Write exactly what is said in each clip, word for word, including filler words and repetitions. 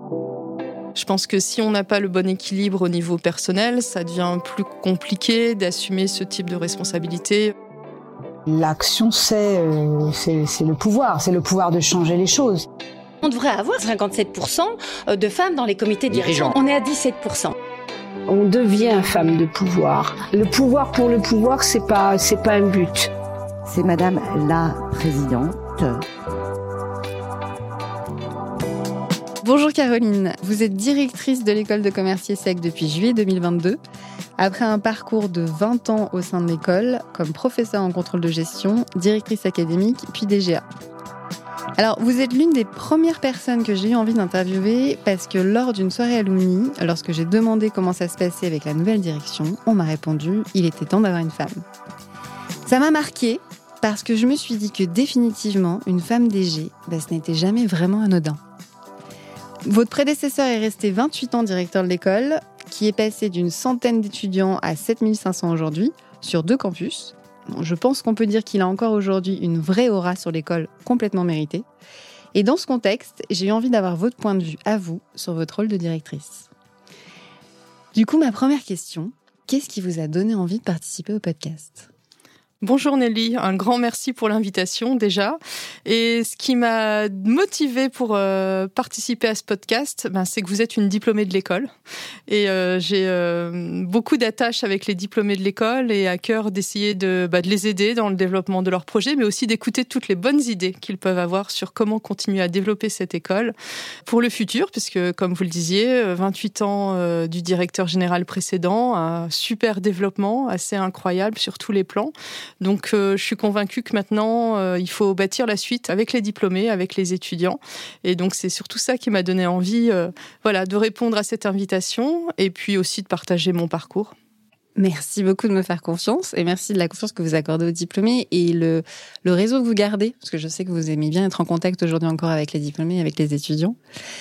Je pense que si on n'a pas le bon équilibre au niveau personnel, ça devient plus compliqué d'assumer ce type de responsabilité. L'action, c'est, euh, c'est, c'est le pouvoir, c'est le pouvoir de changer les choses. On devrait avoir cinquante-sept pour cent de femmes dans les comités dirigeants. On est à dix-sept pour cent. On devient femme de pouvoir. Le pouvoir pour le pouvoir, c'est pas, c'est pas un but. C'est Madame la Présidente. Bonjour Caroline, vous êtes directrice de l'école de commerce IESEC depuis juillet deux mille vingt-deux. Après un parcours de vingt ans au sein de l'école, comme professeure en contrôle de gestion, directrice académique, puis D G A. Alors, vous êtes l'une des premières personnes que j'ai eu envie d'interviewer parce que lors d'une soirée alumni, lorsque j'ai demandé comment ça se passait avec la nouvelle direction, on m'a répondu « il était temps d'avoir une femme ». Ça m'a marquée parce que je me suis dit que définitivement, une femme D G, bah, ce n'était jamais vraiment anodin. Votre prédécesseur est resté vingt-huit ans directeur de l'école, qui est passé d'une centaine d'étudiants à sept mille cinq cents aujourd'hui, sur deux campus. Bon, je pense qu'on peut dire qu'il a encore aujourd'hui une vraie aura sur l'école complètement méritée. Et dans ce contexte, j'ai eu envie d'avoir votre point de vue à vous sur votre rôle de directrice. Du coup, ma première question, qu'est-ce qui vous a donné envie de participer au podcast ? Bonjour Nelly, un grand merci pour l'invitation déjà. Et ce qui m'a motivée pour euh, participer à ce podcast, ben, c'est que vous êtes une diplômée de l'école. Et euh, j'ai euh, beaucoup d'attaches avec les diplômés de l'école et à cœur d'essayer de, bah, de les aider dans le développement de leurs projets, mais aussi d'écouter toutes les bonnes idées qu'ils peuvent avoir sur comment continuer à développer cette école pour le futur, puisque comme vous le disiez, vingt-huit ans euh, du directeur général précédent, un super développement assez incroyable sur tous les plans. Donc, euh, je suis convaincue que maintenant, euh, il faut bâtir la suite avec les diplômés, avec les étudiants. Et donc, c'est surtout ça qui m'a donné envie euh, voilà, de répondre à cette invitation et puis aussi de partager mon parcours. Merci beaucoup de me faire confiance et merci de la confiance que vous accordez aux diplômés et le, le réseau que vous gardez, parce que je sais que vous aimez bien être en contact aujourd'hui encore avec les diplômés, avec les étudiants.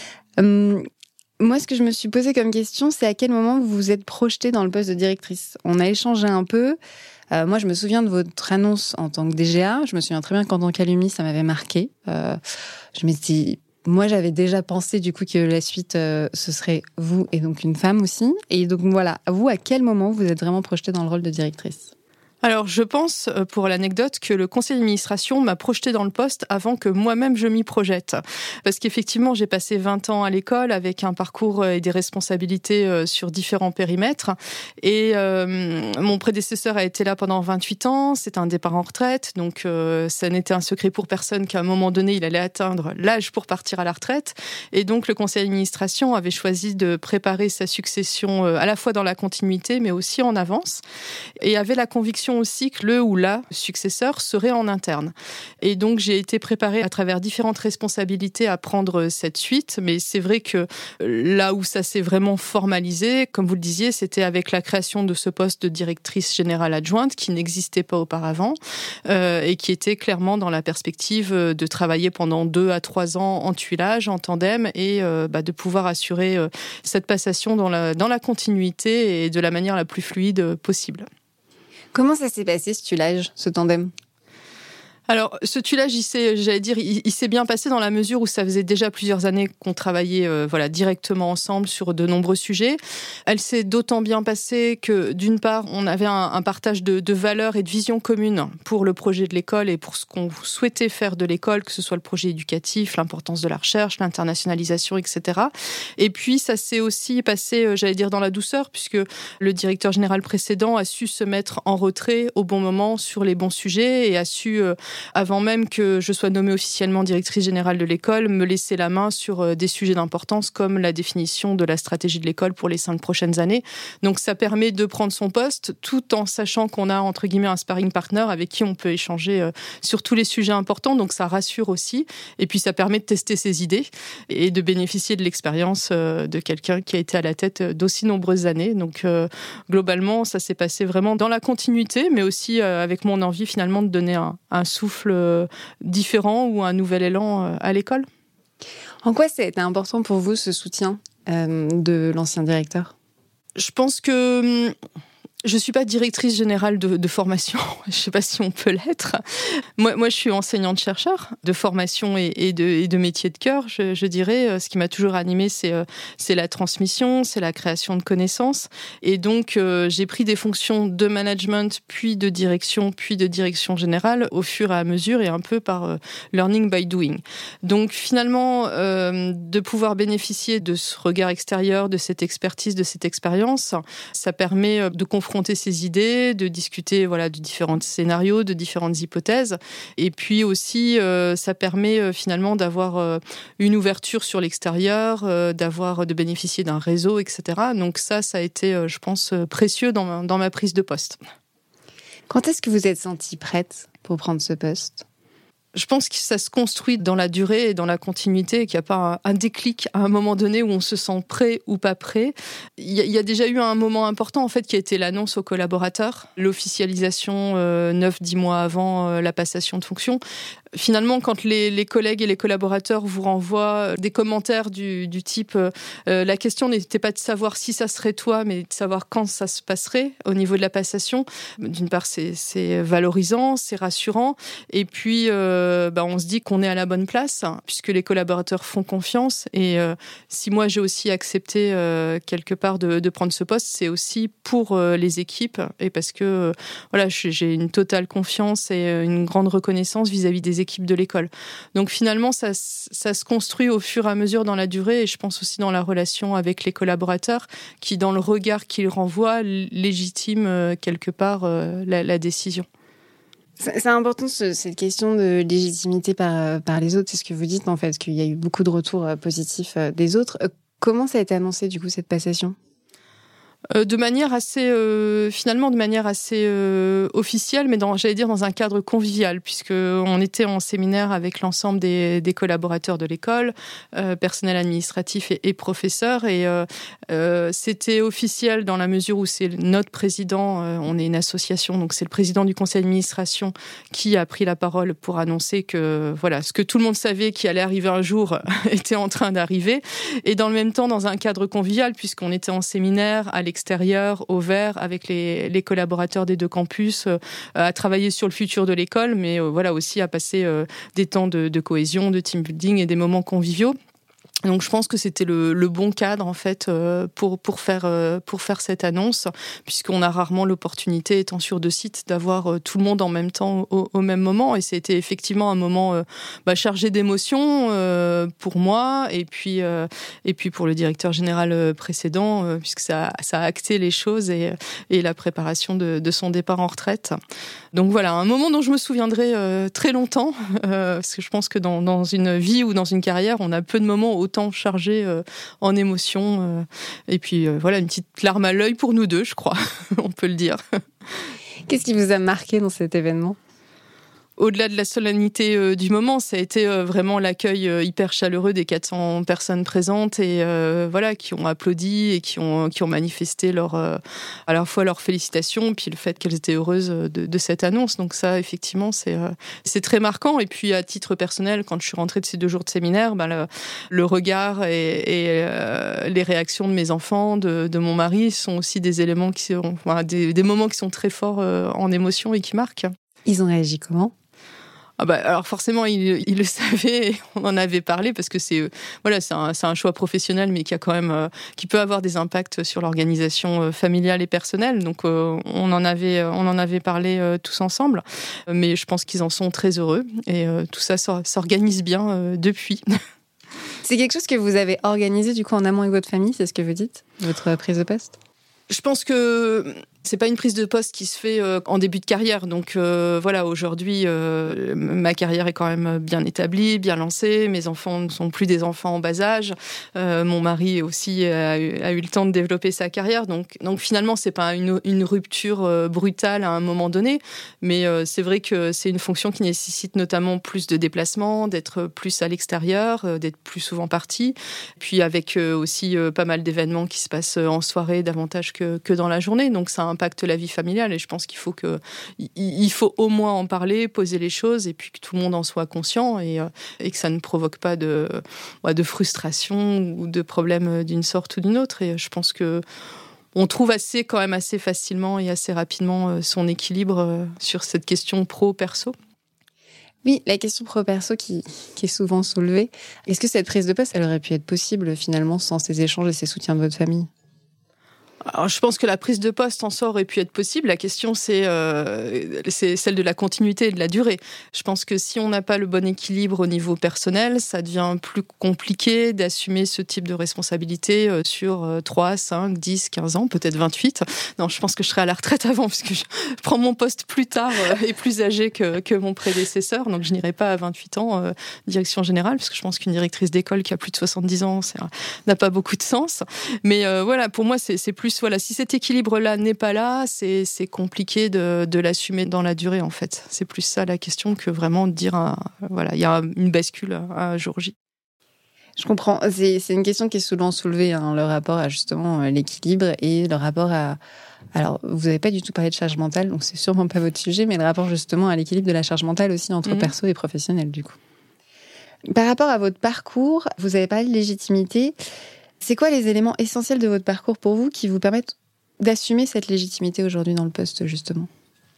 Hum, Moi, ce que je me suis posé comme question, c'est à quel moment vous vous êtes projetée dans le poste de directrice. On a échangé un peu. Euh, moi, je me souviens de votre annonce en tant que D G A. Je me souviens très bien qu'en tant qu'alumni, ça m'avait marqué. Euh, je me suis dit, moi, j'avais déjà pensé du coup que la suite, euh, ce serait vous et donc une femme aussi. Et donc voilà, vous, à quel moment vous êtes vraiment projetée dans le rôle de directrice ? Alors, je pense, pour l'anecdote, que le conseil d'administration m'a projeté dans le poste avant que moi-même je m'y projette. Parce qu'effectivement, j'ai passé vingt ans à l'école avec un parcours et des responsabilités sur différents périmètres. Et euh, mon prédécesseur a été là pendant vingt-huit ans. C'est un départ en retraite. Donc, euh, ça n'était un secret pour personne qu'à un moment donné, il allait atteindre l'âge pour partir à la retraite. Et donc, le conseil d'administration avait choisi de préparer sa succession à la fois dans la continuité, mais aussi en avance. Et avait la conviction aussi que le ou la successeur serait en interne. Et donc, j'ai été préparée à travers différentes responsabilités à prendre cette suite. Mais c'est vrai que là où ça s'est vraiment formalisé, comme vous le disiez, c'était avec la création de ce poste de directrice générale adjointe qui n'existait pas auparavant euh, et qui était clairement dans la perspective de travailler pendant deux à trois ans en tuilage, en tandem et euh, bah, de pouvoir assurer euh, cette passation dans la, dans la continuité et de la manière la plus fluide possible. Comment ça s'est passé, ce tuilage, ce tandem ? Alors, ce tuilage, il s'est, j'allais dire, il, il s'est bien passé dans la mesure où ça faisait déjà plusieurs années qu'on travaillait, euh, voilà, directement ensemble sur de nombreux sujets. Elle s'est d'autant bien passée que, d'une part, on avait un, un partage de, de valeurs et de visions communes pour le projet de l'école et pour ce qu'on souhaitait faire de l'école, que ce soit le projet éducatif, l'importance de la recherche, l'internationalisation, et cetera. Et puis, ça s'est aussi passé, j'allais dire, dans la douceur, puisque le directeur général précédent a su se mettre en retrait au bon moment sur les bons sujets et a su euh, avant même que je sois nommée officiellement directrice générale de l'école, me laisser la main sur des sujets d'importance comme la définition de la stratégie de l'école pour les cinq prochaines années. Donc ça permet de prendre son poste tout en sachant qu'on a entre guillemets un sparring partner avec qui on peut échanger sur tous les sujets importants. Donc ça rassure aussi. Et puis ça permet de tester ses idées et de bénéficier de l'expérience de quelqu'un qui a été à la tête d'aussi nombreuses années. Donc euh, globalement, ça s'est passé vraiment dans la continuité, mais aussi euh, avec mon envie finalement de donner un, un souffle différent ou un nouvel élan à l'école. En quoi ça a été important pour vous, ce soutien euh, de l'ancien directeur ? Je pense que Je ne suis pas directrice générale de, de formation, je ne sais pas si on peut l'être. Moi, moi, je suis enseignante-chercheur de formation et, et, de, et de métier de cœur, je, je dirais. Ce qui m'a toujours animée, c'est, c'est la transmission, c'est la création de connaissances. Et donc, euh, j'ai pris des fonctions de management, puis de direction, puis de direction générale, au fur et à mesure et un peu par euh, learning by doing. Donc, finalement, euh, de pouvoir bénéficier de ce regard extérieur, de cette expertise, de cette expérience, ça permet de confronter ses idées, de discuter voilà, de différents scénarios, de différentes hypothèses. Et puis aussi, euh, ça permet euh, finalement d'avoir euh, une ouverture sur l'extérieur, euh, d'avoir, de bénéficier d'un réseau, et cetera. Donc ça, ça a été, euh, je pense, précieux dans ma, dans ma prise de poste. Quand est-ce que vous êtes sentie prête pour prendre ce poste ? Je pense que ça se construit dans la durée et dans la continuité, et qu'il n'y a pas un, un déclic à un moment donné où on se sent prêt ou pas prêt. Il y a, il y a déjà eu un moment important en fait qui a été l'annonce aux collaborateurs, l'officialisation euh, neuf dix mois avant euh, la passation de fonction. Finalement, quand les, les collègues et les collaborateurs vous renvoient des commentaires du, du type euh, la question n'était pas de savoir si ça serait toi, mais de savoir quand ça se passerait au niveau de la passation. D'une part, c'est, c'est valorisant, c'est rassurant, et puis euh, bah, on se dit qu'on est à la bonne place puisque les collaborateurs font confiance. Et euh, si moi j'ai aussi accepté euh, quelque part de, de prendre ce poste, c'est aussi pour euh, les équipes et parce que euh, voilà, j'ai une totale confiance et une grande reconnaissance vis-à-vis des équipes de l'école. Donc finalement, ça, ça se construit au fur et à mesure dans la durée, et je pense aussi dans la relation avec les collaborateurs qui, dans le regard qu'ils renvoient, légitiment quelque part la, la décision. C'est important cette question de légitimité par, par les autres, c'est ce que vous dites en fait, qu'il y a eu beaucoup de retours positifs des autres. Comment ça a été annoncé du coup cette passation ? Euh, de manière assez, euh, finalement, de manière assez euh, officielle, mais dans, j'allais dire dans un cadre convivial, puisque on était en séminaire avec l'ensemble des, des collaborateurs de l'école, euh, personnel administratif et, et professeurs, et euh, euh, c'était officiel dans la mesure où c'est notre président, euh, on est une association, donc c'est le président du conseil d'administration qui a pris la parole pour annoncer que voilà, ce que tout le monde savait qui allait arriver un jour était en train d'arriver, et dans le même temps dans un cadre convivial, puisqu'on était en séminaire à l'extérieur, au vert, avec les, les collaborateurs des deux campus, euh, à travailler sur le futur de l'école, mais euh, voilà aussi à passer euh, des temps de, de cohésion, de team building et des moments conviviaux. Donc je pense que c'était le, le bon cadre en fait euh, pour pour faire euh, pour faire cette annonce, puisqu'on a rarement l'opportunité, étant sur deux sites, d'avoir euh, tout le monde en même temps au, au même moment, et c'était effectivement un moment euh, bah, chargé d'émotions euh, pour moi et puis euh, et puis pour le directeur général précédent, euh, puisque ça ça a acté les choses et et la préparation de, de son départ en retraite. Donc voilà, un moment dont je me souviendrai euh, très longtemps, euh, parce que je pense que dans dans une vie ou dans une carrière, on a peu de moments autant chargé euh, en émotions. Euh, et puis euh, voilà, une petite larme à l'œil pour nous deux, je crois, on peut le dire. Qu'est-ce qui vous a marqué dans cet événement ? Au-delà de la solennité euh, du moment, ça a été euh, vraiment l'accueil euh, hyper chaleureux des quatre cents personnes présentes et euh, voilà, qui ont applaudi et qui ont qui ont manifesté leur euh, à la fois leurs félicitations puis le fait qu'elles étaient heureuses de, de cette annonce. Donc ça, effectivement, c'est euh, c'est très marquant. Et puis à titre personnel, quand je suis rentrée de ces deux jours de séminaire, ben le, le regard et, et euh, les réactions de mes enfants, de, de mon mari, sont aussi des éléments qui sont enfin, des, des moments qui sont très forts euh, en émotion et qui marquent. Ils ont réagi comment ? Ah bah, alors forcément, il, il le savait, on en avait parlé parce que c'est voilà, c'est un, c'est un choix professionnel, mais qui a quand même euh, qui peut avoir des impacts sur l'organisation euh, familiale et personnelle. Donc euh, on en avait on en avait parlé euh, tous ensemble, mais je pense qu'ils en sont très heureux et euh, tout ça s'organise bien euh, depuis. C'est quelque chose que vous avez organisé du coup en amont avec votre famille, c'est ce que vous dites, votre prise de poste ? Je pense que c'est pas une prise de poste qui se fait euh, en début de carrière. Donc euh, voilà, aujourd'hui, euh, ma carrière est quand même bien établie, bien lancée. Mes enfants ne sont plus des enfants en bas âge. Euh, mon mari aussi a eu, a eu le temps de développer sa carrière. Donc, donc finalement, c'est pas une, une rupture euh, brutale à un moment donné. Mais euh, c'est vrai que c'est une fonction qui nécessite notamment plus de déplacements, d'être plus à l'extérieur, euh, d'être plus souvent parti. Puis avec euh, aussi euh, pas mal d'événements qui se passent en soirée davantage que, que dans la journée. Donc ça impacte la vie familiale et je pense qu'il faut que il faut au moins en parler, poser les choses et puis que tout le monde en soit conscient et, et que ça ne provoque pas de, de frustration ou de problèmes d'une sorte ou d'une autre. Et je pense que on trouve assez quand même assez facilement et assez rapidement euh, son équilibre euh, sur cette question pro-perso. Oui, la question pro-perso qui, qui est souvent soulevée. Est-ce que cette prise de poste, elle aurait pu être possible finalement sans ces échanges et ces soutiens de votre famille ? Alors, je pense que la prise de poste en soi aurait pu être possible. La question, c'est, euh, c'est celle de la continuité et de la durée. Je pense que si on n'a pas le bon équilibre au niveau personnel, ça devient plus compliqué d'assumer ce type de responsabilité sur trois, cinq, dix, quinze ans, peut-être vingt-huit. Non, je pense que je serai à la retraite avant, puisque je prends mon poste plus tard et plus âgé que, que mon prédécesseur. Donc, je n'irai pas à vingt-huit ans euh, direction générale, parce que je pense qu'une directrice d'école qui a plus de soixante-dix ans, ça n'a pas beaucoup de sens. Mais euh, voilà, pour moi, c'est, c'est plus... Voilà, si cet équilibre-là n'est pas là, c'est, c'est compliqué de, de l'assumer dans la durée, en fait. C'est plus ça la question que vraiment de dire, un, voilà, il y a une bascule à jour J. Je comprends. C'est, c'est une question qui est souvent soulevée, hein, le rapport à justement l'équilibre et le rapport à... Alors, vous n'avez pas du tout parlé de charge mentale, donc c'est sûrement pas votre sujet, mais le rapport justement à l'équilibre de la charge mentale aussi entre mmh. perso et professionnel, du coup. Par rapport à votre parcours, vous avez parlé de légitimité. C'est quoi les éléments essentiels de votre parcours pour vous qui vous permettent d'assumer cette légitimité aujourd'hui dans le poste, justement ?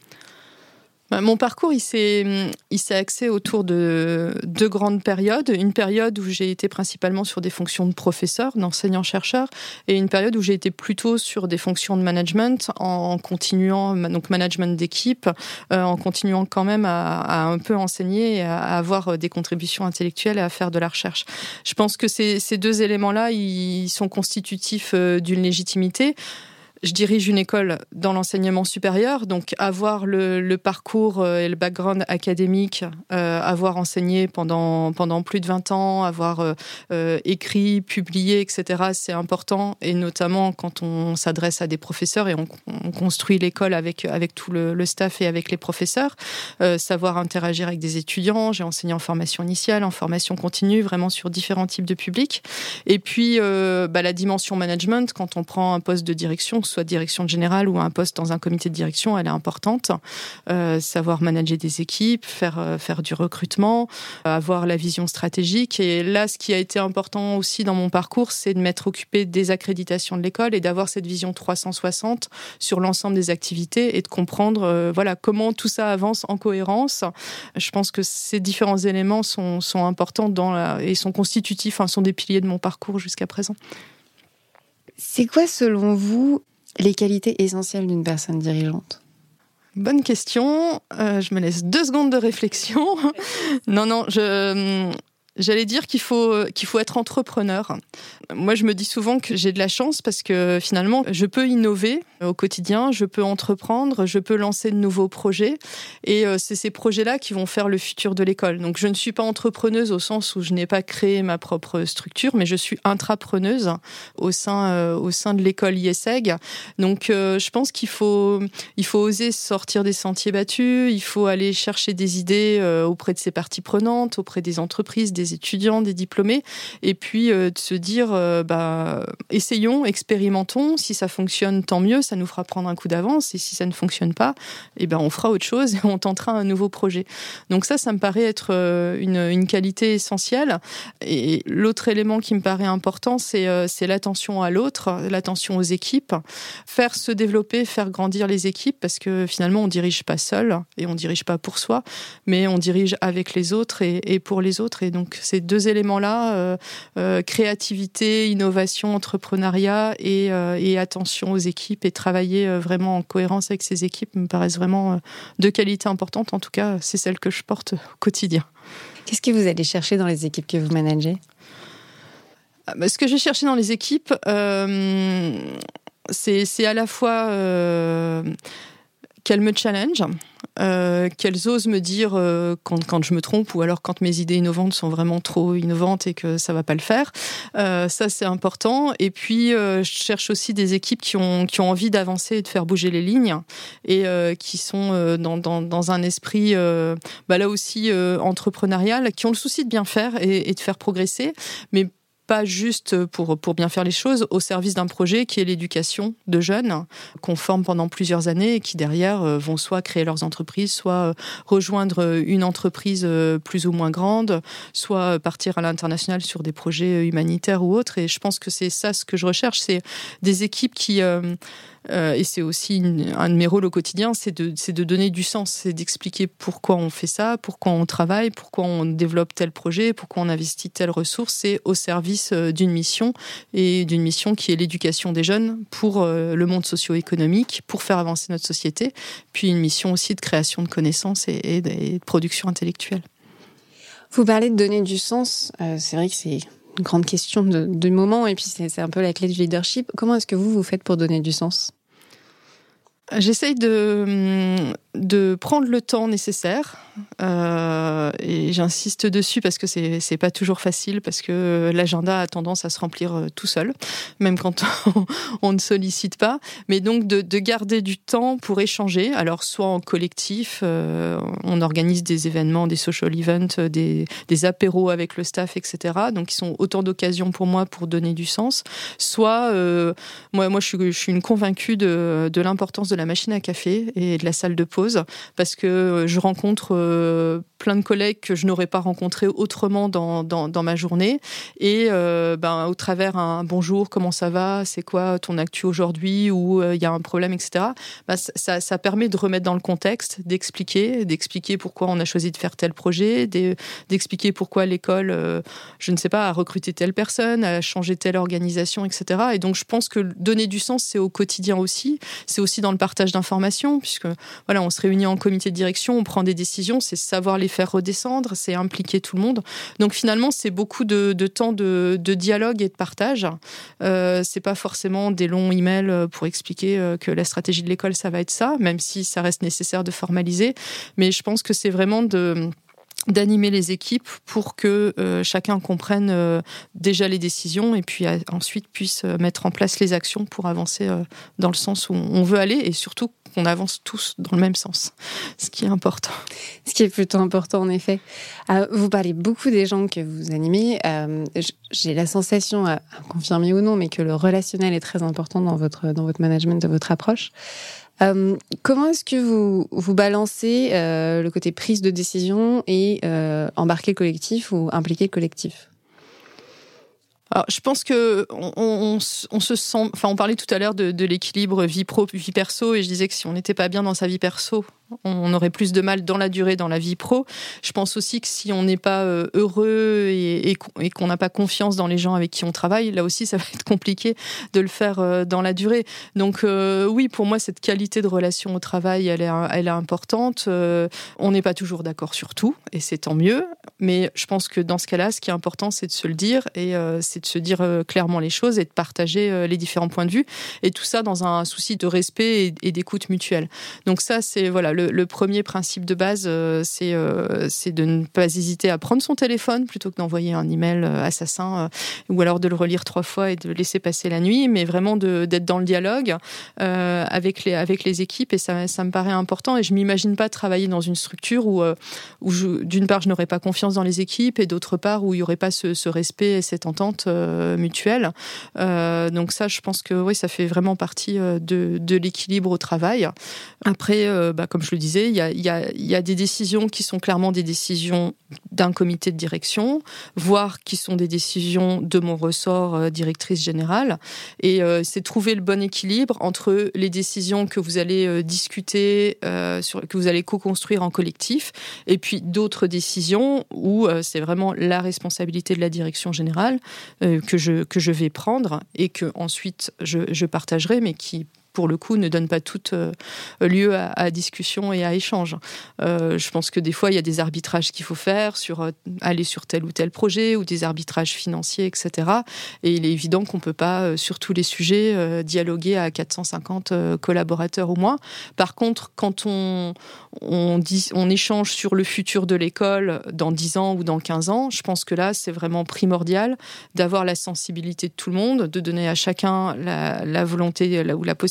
Mon parcours, il s'est, il s'est axé autour de deux grandes périodes. Une période où j'ai été principalement sur des fonctions de professeur, d'enseignant-chercheur, et une période où j'ai été plutôt sur des fonctions de management, en continuant, donc management d'équipe, euh, en continuant quand même à, à un peu enseigner et à avoir des contributions intellectuelles et à faire de la recherche. Je pense que ces, ces deux éléments-là, ils sont constitutifs d'une légitimité. Je dirige une école dans l'enseignement supérieur, donc avoir le, le parcours et le background académique, euh, avoir enseigné pendant, pendant plus de vingt ans, avoir euh, écrit, publié, et cetera, c'est important, et notamment quand on s'adresse à des professeurs et on, on construit l'école avec, avec tout le, le staff et avec les professeurs, euh, savoir interagir avec des étudiants. J'ai enseigné en formation initiale, en formation continue, vraiment sur différents types de publics. Et puis, euh, bah, la dimension management, quand on prend un poste de direction, soit direction générale ou un poste dans un comité de direction, elle est importante. Euh, savoir manager des équipes, faire, euh, faire du recrutement, euh, avoir la vision stratégique. Et là, ce qui a été important aussi dans mon parcours, c'est de m'être occupée des accréditations de l'école et d'avoir cette vision trois cent soixante sur l'ensemble des activités et de comprendre euh, voilà, comment tout ça avance en cohérence. Je pense que ces différents éléments sont, sont importants dans la, et sont constitutifs, hein, sont des piliers de mon parcours jusqu'à présent. C'est quoi, selon vous, les qualités essentielles d'une personne dirigeante ? Bonne question. Euh, je me laisse deux secondes de réflexion. non, non, je... J'allais dire qu'il faut, qu'il faut être entrepreneur. Moi, je me dis souvent que j'ai de la chance parce que finalement, je peux innover au quotidien, je peux entreprendre, je peux lancer de nouveaux projets. Et c'est ces projets-là qui vont faire le futur de l'école. Donc, je ne suis pas entrepreneuse au sens où je n'ai pas créé ma propre structure, mais je suis intrapreneuse au sein, euh, au sein de l'école I S E G. Donc, euh, je pense qu'il faut, il faut oser sortir des sentiers battus, il faut aller chercher des idées euh, auprès de ses parties prenantes, auprès des entreprises, des étudiants, des diplômés, et puis euh, de se dire, euh, bah, essayons, expérimentons, si ça fonctionne, tant mieux, ça nous fera prendre un coup d'avance, et si ça ne fonctionne pas, eh ben, on fera autre chose et on tentera un nouveau projet. Donc ça, ça me paraît être euh, une, une qualité essentielle. Et l'autre élément qui me paraît important, c'est, euh, c'est l'attention à l'autre, l'attention aux équipes, faire se développer, faire grandir les équipes, parce que finalement, on dirige pas seul, et on dirige pas pour soi, mais on dirige avec les autres et, et pour les autres, et donc Donc ces deux éléments-là, euh, euh, créativité, innovation, entrepreneuriat et, euh, et attention aux équipes et travailler euh, vraiment en cohérence avec ces équipes me paraissent vraiment euh, deux qualités importantes. En tout cas, c'est celles que je porte au quotidien. Qu'est-ce que vous allez chercher dans les équipes que vous managez ? Ce que j'ai cherché dans les équipes, euh, c'est, c'est à la fois... Euh, qu'elles me challenge, euh, qu'elles osent me dire euh, quand, quand je me trompe ou alors quand mes idées innovantes sont vraiment trop innovantes et que ça va pas le faire. Euh, ça, c'est important. Et puis, euh, je cherche aussi des équipes qui ont, qui ont envie d'avancer et de faire bouger les lignes et euh, qui sont euh, dans, dans, dans un esprit, euh, bah là aussi, euh, entrepreneurial, qui ont le souci de bien faire et, et de faire progresser, mais pas juste pour, pour bien faire les choses, au service d'un projet qui est l'éducation de jeunes qu'on forme pendant plusieurs années et qui derrière vont soit créer leurs entreprises, soit rejoindre une entreprise plus ou moins grande, soit partir à l'international sur des projets humanitaires ou autres. Et je pense que c'est ça ce que je recherche, c'est des équipes qui... Euh, Euh, et c'est aussi une, un de mes rôles au quotidien, c'est de, c'est de donner du sens, c'est d'expliquer pourquoi on fait ça, pourquoi on travaille, pourquoi on développe tel projet, pourquoi on investit telle ressource. C'est au service d'une mission, et d'une mission qui est l'éducation des jeunes pour euh, le monde socio-économique, pour faire avancer notre société, puis une mission aussi de création de connaissances et, et, et de production intellectuelle. Vous parlez de donner du sens, euh, c'est vrai que c'est une grande question de, du moment, et puis c'est, c'est un peu la clé du leadership. Comment est-ce que vous, vous faites pour donner du sens ? J'essaye de, de prendre le temps nécessaire euh, et j'insiste dessus parce que c'est, c'est pas toujours facile, parce que l'agenda a tendance à se remplir tout seul, même quand on, on ne sollicite pas. Mais donc de, de garder du temps pour échanger, alors soit en collectif, euh, on organise des événements, des social events, des, des apéros avec le staff, et cetera. Donc ils sont autant d'occasions pour moi pour donner du sens. Soit, euh, moi, moi je, suis, je suis une convaincue de, de l'importance de la machine à café et de la salle de pause, parce que je rencontre euh, plein de collègues que je n'aurais pas rencontrés autrement dans, dans, dans ma journée, et euh, ben, au travers un bonjour, comment ça va, c'est quoi ton actu aujourd'hui, ou il euh, y a un problème, et cetera, ben, ça, ça permet de remettre dans le contexte, d'expliquer, d'expliquer pourquoi on a choisi de faire tel projet, d'expliquer pourquoi l'école, euh, je ne sais pas, a recruté telle personne, a changé telle organisation, et cetera. Et donc je pense que donner du sens, c'est au quotidien aussi, c'est aussi dans le partage d'informations, puisque voilà, on se réunit en comité de direction, on prend des décisions, c'est savoir les faire redescendre, c'est impliquer tout le monde. Donc finalement, c'est beaucoup de, de temps de, de dialogue et de partage. Euh, c'est pas forcément des longs emails pour expliquer que la stratégie de l'école, ça va être ça, même si ça reste nécessaire de formaliser. Mais je pense que c'est vraiment de... d'animer les équipes pour que euh, chacun comprenne euh, déjà les décisions et puis euh, ensuite puisse euh, mettre en place les actions pour avancer euh, dans le sens où on veut aller, et surtout qu'on avance tous dans le même sens, ce qui est important. Ce qui est plutôt important, en effet. Euh, vous parlez beaucoup des gens que vous animez. Euh, j'ai la sensation, à, à confirmer ou non, mais que le relationnel est très important dans votre, dans votre management, de votre approche. Euh, comment est-ce que vous, vous balancez euh, le côté prise de décision et euh, embarquer le collectif ou impliquer le collectif ? Alors, je pense que on, on, on se sent. Enfin, on parlait tout à l'heure de, de l'équilibre vie pro, vie perso, et je disais que si on n'était pas bien dans sa vie perso, on aurait plus de mal dans la durée dans la vie pro. Je pense aussi que si on n'est pas heureux et, et, et qu'on n'a pas confiance dans les gens avec qui on travaille, là aussi, ça va être compliqué de le faire dans la durée. Donc euh, oui, pour moi, cette qualité de relation au travail, elle est, elle est importante. Euh, on n'est pas toujours d'accord sur tout, et c'est tant mieux. Mais je pense que dans ce cas-là, ce qui est important, c'est de se le dire, et euh, c'est de se dire euh, clairement les choses et de partager euh, les différents points de vue. Et tout ça dans un souci de respect et, et d'écoute mutuelle. Donc ça, c'est voilà. Le, le premier principe de base, euh, c'est, euh, c'est de ne pas hésiter à prendre son téléphone plutôt que d'envoyer un email euh, assassin, euh, ou alors de le relire trois fois et de le laisser passer la nuit, mais vraiment de, d'être dans le dialogue euh, avec, les, avec les équipes, et ça, ça me paraît important. Et je ne m'imagine pas travailler dans une structure où, euh, où je, d'une part, je n'aurais pas confiance dans les équipes, et d'autre part, où il n'y aurait pas ce, ce respect et cette entente euh, mutuelle. Euh, donc ça, je pense que oui, ça fait vraiment partie de, de l'équilibre au travail. Après, euh, bah, comme je le disais, il y a, il y a, il y a des décisions qui sont clairement des décisions d'un comité de direction, voire qui sont des décisions de mon ressort euh, directrice générale. Et euh, c'est trouver le bon équilibre entre les décisions que vous allez euh, discuter, euh, sur, que vous allez co-construire en collectif, et puis d'autres décisions où euh, c'est vraiment la responsabilité de la direction générale euh, que je, que je vais prendre et que ensuite je, je partagerai, mais qui pour le coup, ne donne pas tout euh, lieu à, à discussion et à échange. Euh, je pense que des fois, il y a des arbitrages qu'il faut faire sur euh, aller sur tel ou tel projet, ou des arbitrages financiers, et cetera. Et il est évident qu'on ne peut pas, euh, sur tous les sujets, euh, dialoguer à quatre cent cinquante euh, collaborateurs au moins. Par contre, quand on, on, dit, on échange sur le futur de l'école dans dix ans ou dans quinze ans, je pense que là, c'est vraiment primordial d'avoir la sensibilité de tout le monde, de donner à chacun la, la volonté la, ou la possibilité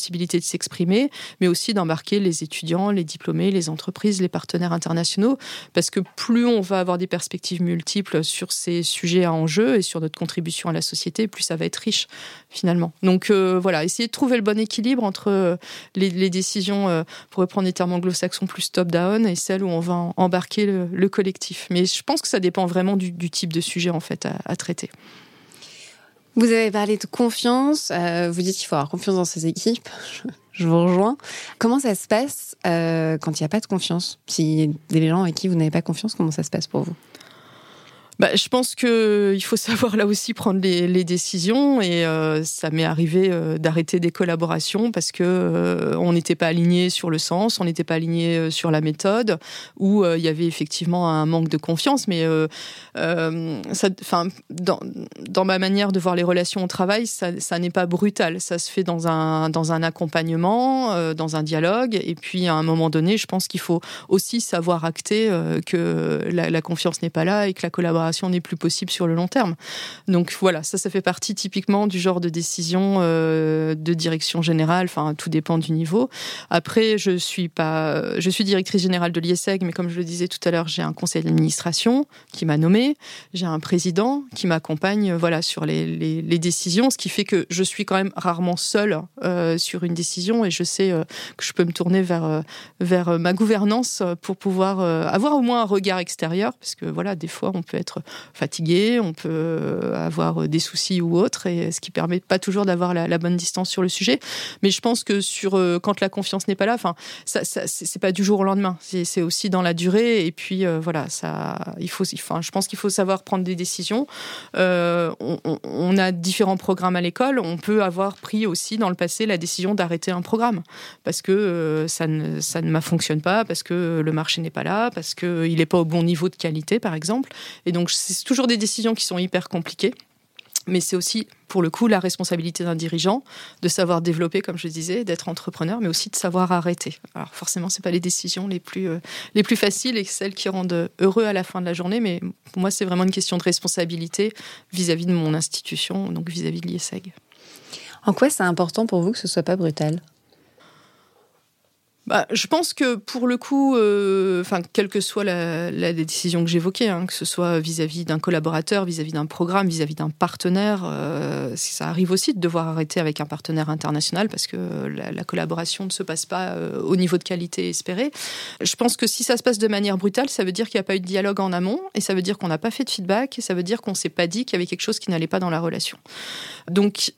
possibilité de s'exprimer, mais aussi d'embarquer les étudiants, les diplômés, les entreprises, les partenaires internationaux, parce que plus on va avoir des perspectives multiples sur ces sujets à enjeu et sur notre contribution à la société, plus ça va être riche, finalement. Donc euh, voilà, essayer de trouver le bon équilibre entre euh, les, les décisions, euh, pour reprendre les termes anglo-saxons, plus top-down, et celles où on va embarquer le, le collectif. Mais je pense que ça dépend vraiment du, du type de sujet, en fait, à, à traiter. Vous avez parlé de confiance, euh, vous dites qu'il faut avoir confiance dans ses équipes, je vous rejoins. Comment ça se passe euh, quand il n'y a pas de confiance ? S'il y a des gens avec qui vous n'avez pas confiance, comment ça se passe pour vous ? Bah, je pense qu'il faut savoir là aussi prendre les, les décisions et euh, ça m'est arrivé euh, d'arrêter des collaborations parce que euh, on n'était pas aligné sur le sens, on n'était pas aligné sur la méthode, ou euh, il y avait effectivement un manque de confiance. Mais euh, euh, ça, enfin, dans, dans ma manière de voir les relations au travail, ça, ça n'est pas brutal. Ça se fait dans un dans un accompagnement, euh, dans un dialogue. Et puis à un moment donné, je pense qu'il faut aussi savoir acter euh, que la, la confiance n'est pas là et que la collaboration n'est plus possible sur le long terme. Donc voilà, ça, ça fait partie typiquement du genre de décision euh, de direction générale. Enfin, tout dépend du niveau. Après, je suis pas, je suis directrice générale de l'I E S E G, mais comme je le disais tout à l'heure, j'ai un conseil d'administration qui m'a nommée, j'ai un président qui m'accompagne, voilà, sur les, les, les décisions, ce qui fait que je suis quand même rarement seule euh, sur une décision et je sais euh, que je peux me tourner vers euh, vers ma gouvernance pour pouvoir euh, avoir au moins un regard extérieur, parce que voilà, des fois, on peut être fatigué, on peut avoir des soucis ou autre, et ce qui permet pas toujours d'avoir la, la bonne distance sur le sujet. Mais je pense que sur quand la confiance n'est pas là, enfin, ça, ça c'est pas du jour au lendemain. C'est, c'est aussi dans la durée. Et puis euh, voilà, ça, il faut, enfin, je pense qu'il faut savoir prendre des décisions. Euh, on, on, on a différents programmes à l'école. On peut avoir pris aussi dans le passé la décision d'arrêter un programme parce que euh, ça ne, ça ne fonctionne pas, parce que le marché n'est pas là, parce que il est pas au bon niveau de qualité, par exemple. Et donc c'est toujours des décisions qui sont hyper compliquées, mais c'est aussi, pour le coup, la responsabilité d'un dirigeant de savoir développer, comme je disais, d'être entrepreneur, mais aussi de savoir arrêter. Alors forcément, c'est pas les décisions les plus, euh, les plus faciles et celles qui rendent heureux à la fin de la journée, mais pour moi, c'est vraiment une question de responsabilité vis-à-vis de mon institution, donc vis-à-vis de l'I E S E G. En quoi c'est important pour vous que ce soit pas brutal ? Bah, je pense que pour le coup, euh, enfin, quelle que soit la, la décision que j'évoquais, hein, que ce soit vis-à-vis d'un collaborateur, vis-à-vis d'un programme, vis-à-vis d'un partenaire, euh, ça arrive aussi de devoir arrêter avec un partenaire international parce que la, la collaboration ne se passe pas euh, au niveau de qualité espéré. Je pense que si ça se passe de manière brutale, ça veut dire qu'il n'y a pas eu de dialogue en amont, et ça veut dire qu'on n'a pas fait de feedback, et ça veut dire qu'on ne s'est pas dit qu'il y avait quelque chose qui n'allait pas dans la relation. Donc,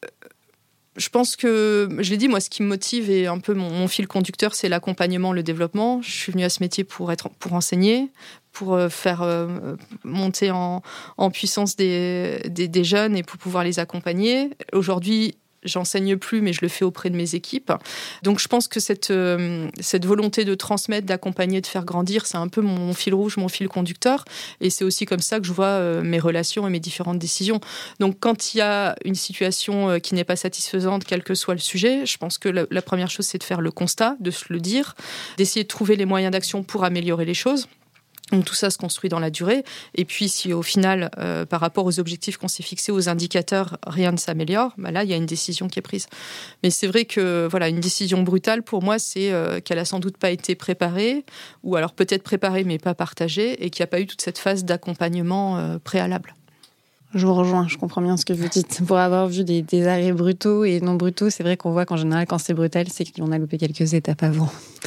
je pense que, je l'ai dit, moi, ce qui me motive et un peu mon, mon fil conducteur, c'est l'accompagnement, le développement. Je suis venue à ce métier pour être, pour enseigner, pour faire euh, monter en, en puissance des, des, des jeunes et pour pouvoir les accompagner. Aujourd'hui, j'enseigne plus, mais je le fais auprès de mes équipes. Donc, je pense que cette, euh, cette volonté de transmettre, d'accompagner, de faire grandir, c'est un peu mon, mon fil rouge, mon fil conducteur. Et c'est aussi comme ça que je vois euh, mes relations et mes différentes décisions. Donc, quand il y a une situation euh, qui n'est pas satisfaisante, quel que soit le sujet, je pense que la, la première chose, c'est de faire le constat, de se le dire, d'essayer de trouver les moyens d'action pour améliorer les choses. Donc tout ça se construit dans la durée. Et puis si au final, euh, par rapport aux objectifs qu'on s'est fixés, aux indicateurs, rien ne s'améliore, bah là, il y a une décision qui est prise. Mais c'est vrai que voilà, une décision brutale, pour moi, c'est euh, qu'elle a sans doute pas été préparée, ou alors peut-être préparée mais pas partagée, et qu'il n'y a pas eu toute cette phase d'accompagnement euh, préalable. Je vous rejoins, je comprends bien ce que vous dites. Pour avoir vu des, des arrêts brutaux et non brutaux, c'est vrai qu'on voit qu'en général, quand c'est brutal, c'est qu'on a loupé quelques étapes avant.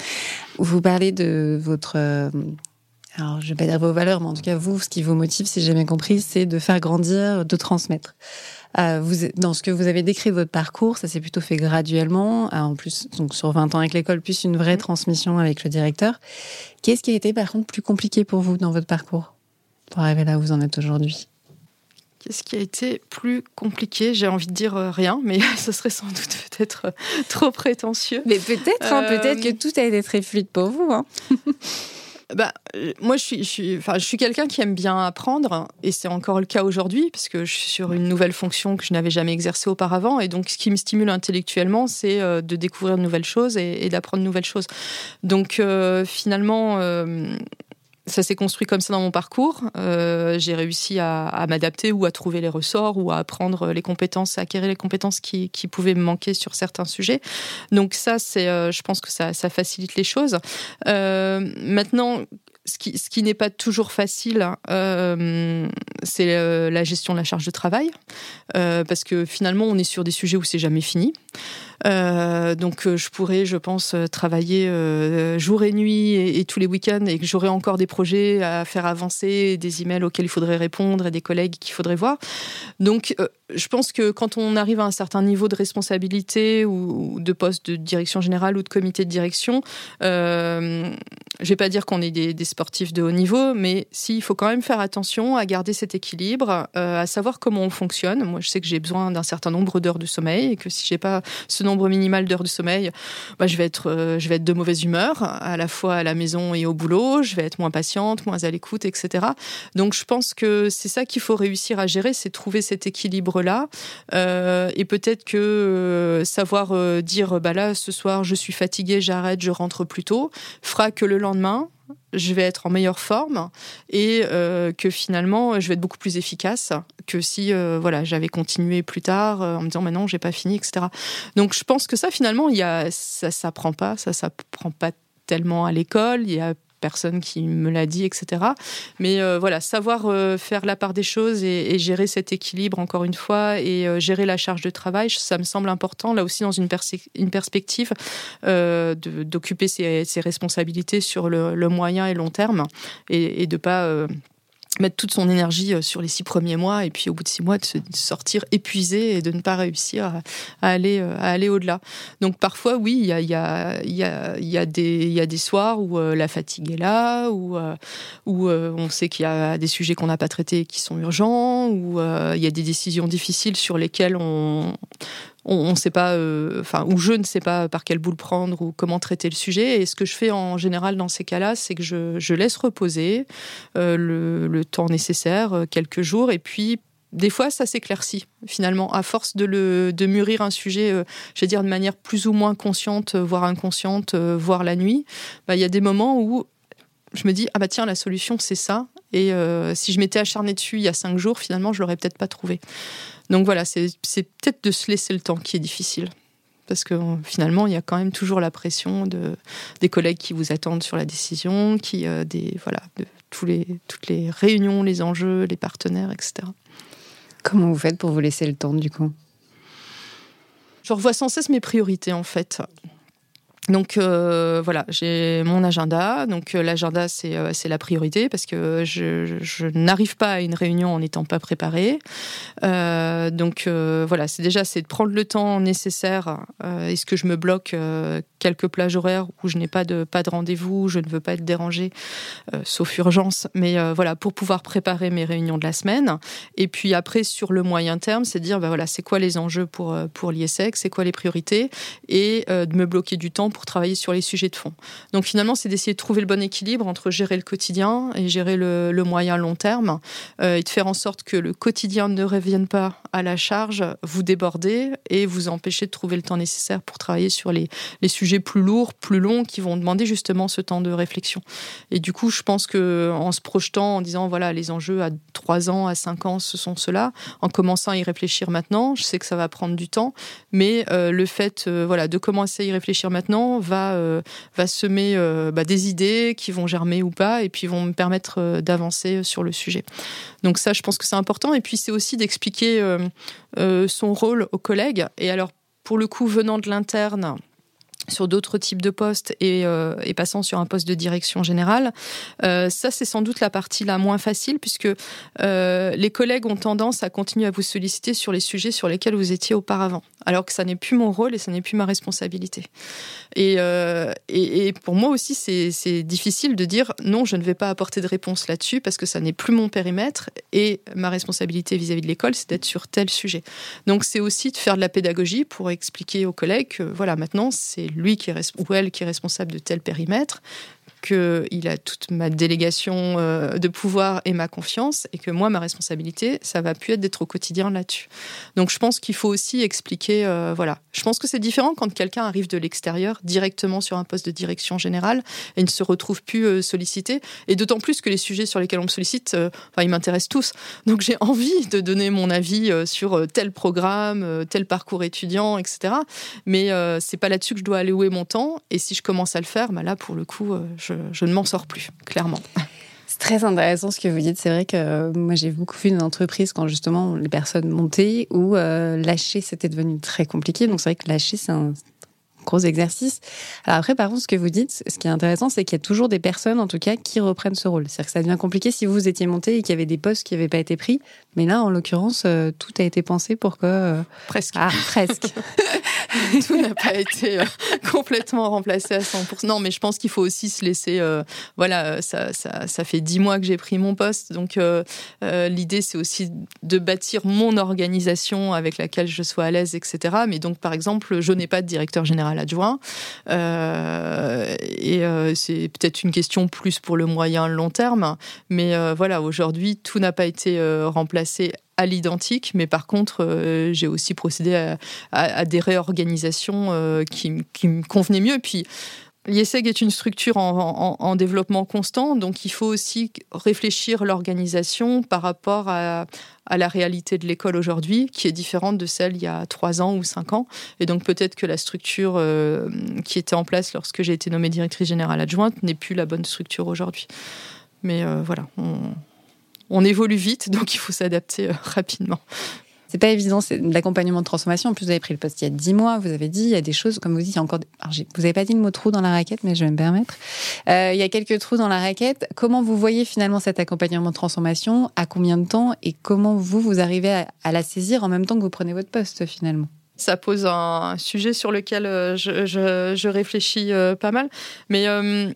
Vous parlez de votre... Euh, alors, je ne vais pas dire vos valeurs, mais en tout cas, vous, ce qui vous motive, si j'ai bien compris, c'est de faire grandir, de transmettre. Euh, vous, dans ce que vous avez décrit votre parcours, ça s'est plutôt fait graduellement, en plus, donc sur vingt ans avec l'école, plus une vraie transmission avec le directeur. Qu'est-ce qui a été, par contre, plus compliqué pour vous dans votre parcours, pour arriver là où vous en êtes aujourd'hui ? Qu'est-ce qui a été plus compliqué ? J'ai envie de dire euh, rien, mais ce serait sans doute peut-être euh, trop prétentieux. Mais peut-être, hein, euh... peut-être que tout a été très fluide pour vous, hein. Bah, moi, je suis, je suis, enfin, je suis quelqu'un qui aime bien apprendre, et c'est encore le cas aujourd'hui, parce que je suis sur une nouvelle fonction que je n'avais jamais exercée auparavant, et donc ce qui me stimule intellectuellement, c'est euh, de découvrir de nouvelles choses et, et d'apprendre de nouvelles choses. Donc, euh, finalement, euh, Ça s'est construit comme ça dans mon parcours. Euh, j'ai réussi à, à m'adapter ou à trouver les ressorts ou à apprendre les compétences, à acquérir les compétences qui, qui pouvaient me manquer sur certains sujets. Donc ça, c'est, euh, je pense que ça, ça facilite les choses. Euh, maintenant, ce qui, ce qui n'est pas toujours facile, euh, c'est euh, la gestion de la charge de travail, euh, parce que finalement, on est sur des sujets où c'est jamais fini. Euh, donc euh, je pourrais, je pense, travailler euh, jour et nuit et, et tous les week-ends et que j'aurais encore des projets à faire avancer, des emails auxquels il faudrait répondre et des collègues qu'il faudrait voir. Donc euh, je pense que quand on arrive à un certain niveau de responsabilité ou, ou de poste de direction générale ou de comité de direction, euh, je vais pas dire qu'on est des, des sportifs de haut niveau, mais si, il faut quand même faire attention à garder cet équilibre, euh, à savoir comment on fonctionne. Moi, je sais que j'ai besoin d'un certain nombre d'heures de sommeil et que si j'ai pas ce nombre minimal d'heures de sommeil, bah, je vais être, euh, je vais être de mauvaise humeur, à la fois à la maison et au boulot. Je vais être moins patiente, moins à l'écoute, et cetera. Donc, je pense que c'est ça qu'il faut réussir à gérer, c'est trouver cet équilibre-là. Euh, et peut-être que euh, savoir euh, dire, bah là, ce soir, je suis fatiguée, j'arrête, je rentre plus tôt, fera que le lendemain, je vais être en meilleure forme et euh, que finalement, je vais être beaucoup plus efficace que si euh, voilà, j'avais continué plus tard euh, en me disant mais non, j'ai pas fini, et cetera. Donc je pense que ça, finalement, il y a, ça s'apprend pas, ça s'apprend pas tellement à l'école, il y a personne qui me l'a dit, et cetera. Mais euh, voilà, savoir euh, faire la part des choses et, et gérer cet équilibre, encore une fois, et euh, gérer la charge de travail, ça me semble important, là aussi, dans une, perse- une perspective euh, de, d'occuper ses, ses responsabilités sur le, le moyen et long terme, et, et de ne pas... Euh, mettre toute son énergie sur les six premiers mois et puis au bout de six mois de se sortir épuisé et de ne pas réussir à, à aller à aller au-delà. Donc parfois oui, il y a il y a il y a il y a des il y a des soirs où euh, la fatigue est là, où euh, où euh, on sait qu'il y a des sujets qu'on n'a pas traités qui sont urgents, où euh, il y a des décisions difficiles sur lesquelles on on ne sait pas, euh, enfin, ou je ne sais pas par quel bout le prendre ou comment traiter le sujet. Et ce que je fais en général dans ces cas-là, c'est que je, je laisse reposer euh, le, le temps nécessaire, euh, quelques jours, et puis des fois, ça s'éclaircit, finalement, à force de, le, de mûrir un sujet, euh, je vais dire, de manière plus ou moins consciente, voire inconsciente, euh, voire la nuit. Bah, il y a des moments où je me dis, ah bah tiens, la solution, c'est ça. Et euh, si je m'étais acharnée dessus il y a cinq jours, finalement, je l'aurais peut-être pas trouvé. Donc voilà, c'est, c'est peut-être de se laisser le temps qui est difficile. Parce que finalement, il y a quand même toujours la pression de, des collègues qui vous attendent sur la décision, qui, euh, des, voilà, de tous les, toutes les réunions, les enjeux, les partenaires, et cetera. Comment vous faites pour vous laisser le temps, du coup ? Je revois sans cesse mes priorités, en fait. Donc euh, voilà, j'ai mon agenda. Donc euh, l'agenda, c'est, euh, c'est la priorité parce que je, je, je n'arrive pas à une réunion en n'étant pas préparée. Euh, donc euh, voilà, c'est déjà c'est de prendre le temps nécessaire. Euh, est-ce que je me bloque euh, quelques plages horaires où je n'ai pas de pas de rendez-vous, je ne veux pas être dérangée, euh, sauf urgence. Mais euh, voilà, pour pouvoir préparer mes réunions de la semaine. Et puis après, sur le moyen terme, c'est de dire, bah voilà, c'est quoi les enjeux pour pour l'I S E C, c'est quoi les priorités, et euh, de me bloquer du temps pour travailler sur les sujets de fond. Donc finalement, c'est d'essayer de trouver le bon équilibre entre gérer le quotidien et gérer le, le moyen long terme, euh, et de faire en sorte que le quotidien ne revienne pas à la charge, vous déborder et vous empêcher de trouver le temps nécessaire pour travailler sur les, les sujets plus lourds, plus longs, qui vont demander justement ce temps de réflexion. Et du coup, je pense qu'en se projetant, en disant, voilà, les enjeux à trois ans, à cinq ans, ce sont ceux-là, en commençant à y réfléchir maintenant, je sais que ça va prendre du temps, mais euh, le fait euh, voilà, de commencer à y réfléchir maintenant va, euh, va semer euh, bah, des idées qui vont germer ou pas et puis vont me permettre euh, d'avancer sur le sujet. Donc ça, je pense que c'est important. Et puis, c'est aussi d'expliquer euh, euh, son rôle aux collègues. Et alors, pour le coup, venant de l'interne, sur d'autres types de postes et, euh, et passant sur un poste de direction générale, euh, ça c'est sans doute la partie la moins facile puisque euh, les collègues ont tendance à continuer à vous solliciter sur les sujets sur lesquels vous étiez auparavant, alors que ça n'est plus mon rôle et ça n'est plus ma responsabilité. Et, euh, et, et pour moi aussi c'est, c'est difficile de dire non, je ne vais pas apporter de réponse là-dessus parce que ça n'est plus mon périmètre et ma responsabilité vis-à-vis de l'école c'est d'être sur tel sujet. Donc c'est aussi de faire de la pédagogie pour expliquer aux collègues que voilà, maintenant c'est lui qui est, ou elle qui est responsable de tel périmètre, qu'il a toute ma délégation euh, de pouvoir et ma confiance, et que moi, ma responsabilité, ça va plus être d'être au quotidien là-dessus. Donc, je pense qu'il faut aussi expliquer, euh, voilà. Je pense que c'est différent quand quelqu'un arrive de l'extérieur, directement sur un poste de direction générale, et ne se retrouve plus euh, sollicité. Et d'autant plus que les sujets sur lesquels on me sollicite, euh, enfin, ils m'intéressent tous. Donc, j'ai envie de donner mon avis euh, sur tel programme, euh, tel parcours étudiant, et cetera. Mais euh, c'est pas là-dessus que je dois allouer mon temps. Et si je commence à le faire, bah là, pour le coup, euh, je, je ne m'en sors plus, clairement. C'est très intéressant ce que vous dites. C'est vrai que euh, moi, j'ai beaucoup vu une entreprise quand justement les personnes montaient où euh, lâcher, c'était devenu très compliqué. Donc, c'est vrai que lâcher, c'est un gros exercice. Alors après, par contre, ce que vous dites, ce qui est intéressant, c'est qu'il y a toujours des personnes, en tout cas, qui reprennent ce rôle. C'est-à-dire que ça devient compliqué si vous étiez monté et qu'il y avait des postes qui n'avaient pas été pris. Mais là, en l'occurrence, euh, tout a été pensé pour que... Euh... Presque. Ah, presque. Tout n'a pas été euh, complètement remplacé à cent pour cent. Non, mais je pense qu'il faut aussi se laisser... Euh, voilà, ça, ça, ça fait dix mois que j'ai pris mon poste. Donc, euh, euh, l'idée, c'est aussi de bâtir mon organisation avec laquelle je sois à l'aise, et cetera. Mais donc, par exemple, je n'ai pas de directeur général adjoint. Euh, et euh, c'est peut-être une question plus pour le moyen long terme. Mais euh, voilà, aujourd'hui, tout n'a pas été euh, remplacé à l'identique, mais par contre, euh, j'ai aussi procédé à, à, à des réorganisations euh, qui, qui me convenaient mieux. Puis, l'I E S E G est une structure en, en, en développement constant, donc il faut aussi réfléchir l'organisation par rapport à, à la réalité de l'école aujourd'hui, qui est différente de celle il y a trois ans ou cinq ans. Et donc peut-être que la structure euh, qui était en place lorsque j'ai été nommée directrice générale adjointe n'est plus la bonne structure aujourd'hui. Mais euh, voilà, on... On évolue vite, donc il faut s'adapter euh, rapidement. C'est pas évident, c'est de l'accompagnement de transformation. En plus, vous avez pris le poste il y a dix mois, vous avez dit, il y a des choses, comme vous dites, il y a encore... Alors, j'ai... vous n'avez pas dit le mot trou dans la raquette, mais je vais me permettre. Euh, il y a quelques trous dans la raquette. Comment vous voyez finalement cet accompagnement de transformation ? À combien de temps ? Et comment vous, vous arrivez à, à la saisir en même temps que vous prenez votre poste finalement ? Ça pose un sujet sur lequel euh, je, je, je réfléchis euh, pas mal. Mais euh,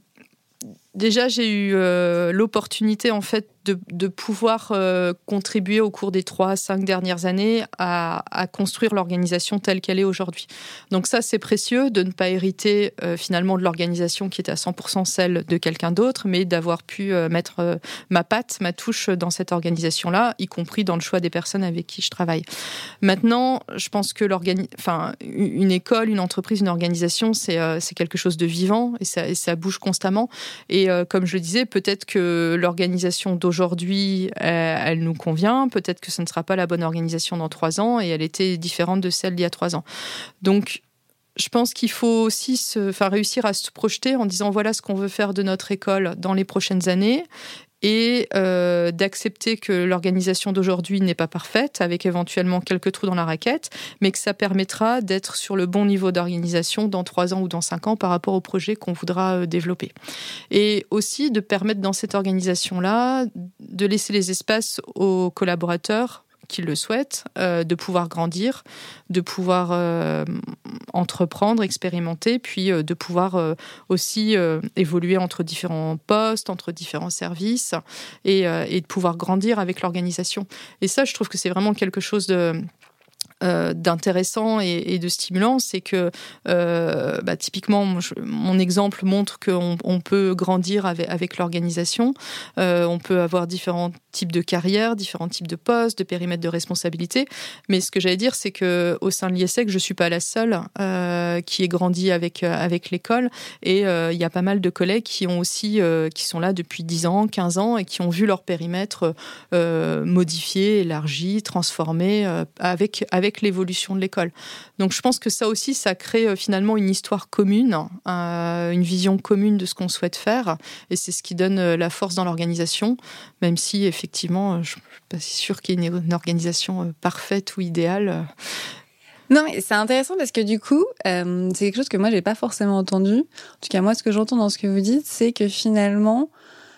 déjà, j'ai eu euh, l'opportunité, en fait, De, de pouvoir euh, contribuer au cours des trois à cinq dernières années à, à construire l'organisation telle qu'elle est aujourd'hui. Donc ça, c'est précieux de ne pas hériter euh, finalement de l'organisation qui était à cent pour cent celle de quelqu'un d'autre, mais d'avoir pu euh, mettre euh, ma patte, ma touche dans cette organisation-là, y compris dans le choix des personnes avec qui je travaille. Maintenant, je pense que l'organi- enfin, une école, une entreprise, une organisation, c'est, euh, c'est quelque chose de vivant et ça, et ça bouge constamment. Et euh, comme je le disais, peut-être que l'organisation d'aujourd'hui Aujourd'hui, elle nous convient. Peut-être que ce ne sera pas la bonne organisation dans trois ans et elle était différente de celle d'il y a trois ans. Donc, je pense qu'il faut aussi se, enfin, réussir à se projeter en disant voilà ce qu'on veut faire de notre école dans les prochaines années et euh, d'accepter que l'organisation d'aujourd'hui n'est pas parfaite, avec éventuellement quelques trous dans la raquette, mais que ça permettra d'être sur le bon niveau d'organisation dans trois ans ou dans cinq ans par rapport au projet qu'on voudra développer. Et aussi de permettre dans cette organisation-là de laisser les espaces aux collaborateurs qui le souhaitent, euh, de pouvoir grandir, de pouvoir euh, entreprendre, expérimenter, puis euh, de pouvoir euh, aussi euh, évoluer entre différents postes, entre différents services, et, euh, et de pouvoir grandir avec l'organisation. Et ça, je trouve que c'est vraiment quelque chose de... Euh, d'intéressant et, et de stimulant, c'est que euh, bah, typiquement mon, je, mon exemple montre qu'on on peut grandir avec, avec l'organisation, euh, on peut avoir différents types de carrières, différents types de postes, de périmètres de responsabilité, mais ce que j'allais dire c'est qu'au sein de l'I E S E G, je ne suis pas la seule euh, qui ait grandi avec, euh, avec l'école et il euh, y a pas mal de collègues qui, ont aussi, euh, qui sont là depuis dix ans, quinze ans et qui ont vu leur périmètre euh, modifié, élargi, transformé euh, avec, avec avec l'évolution de l'école. Donc je pense que ça aussi, ça crée euh, finalement une histoire commune, euh, une vision commune de ce qu'on souhaite faire, et c'est ce qui donne euh, la force dans l'organisation, même si effectivement, euh, je ne suis pas si sûre qu'il y ait une, une organisation euh, parfaite ou idéale. Non, mais c'est intéressant parce que du coup, euh, c'est quelque chose que moi, j'ai pas forcément entendu. En tout cas, moi, ce que j'entends dans ce que vous dites, c'est que finalement,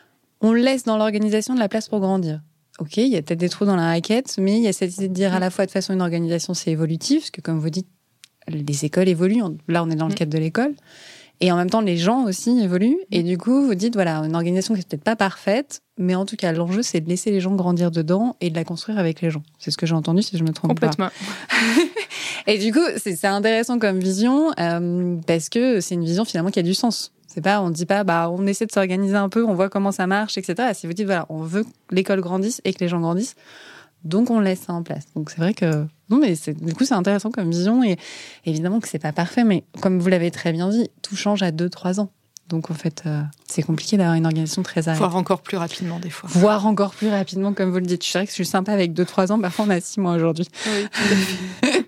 on laisse dans l'organisation de la place pour grandir. Ok, il y a peut-être des trous dans la raquette, mais il y a cette idée de dire à la fois de façon une organisation c'est évolutif, parce que comme vous dites, les écoles évoluent. Là, on est dans le cadre de l'école, et en même temps, les gens aussi évoluent. Et du coup, vous dites voilà, une organisation qui est peut-être pas parfaite, mais en tout cas, l'enjeu c'est de laisser les gens grandir dedans et de la construire avec les gens. C'est ce que j'ai entendu, si je me trompe Complètement. pas. Et du coup, c'est, c'est intéressant comme vision euh, parce que c'est une vision finalement qui a du sens. C'est pas, on dit pas, bah, on essaie de s'organiser un peu, on voit comment ça marche, et cetera. Si vous dites, voilà, on veut que l'école grandisse et que les gens grandissent, donc on laisse ça en place. Donc c'est vrai que, non, mais c'est, du coup, c'est intéressant comme vision, et évidemment que c'est pas parfait, mais comme vous l'avez très bien dit, tout change à deux trois ans. Donc en fait, euh, c'est compliqué d'avoir une organisation très arrêtée. Voire encore plus rapidement, des fois. Voire encore plus rapidement, comme vous le dites. Je dirais que je suis sympa avec deux trois ans, parfois on a six mois aujourd'hui. Oui, tout à fait.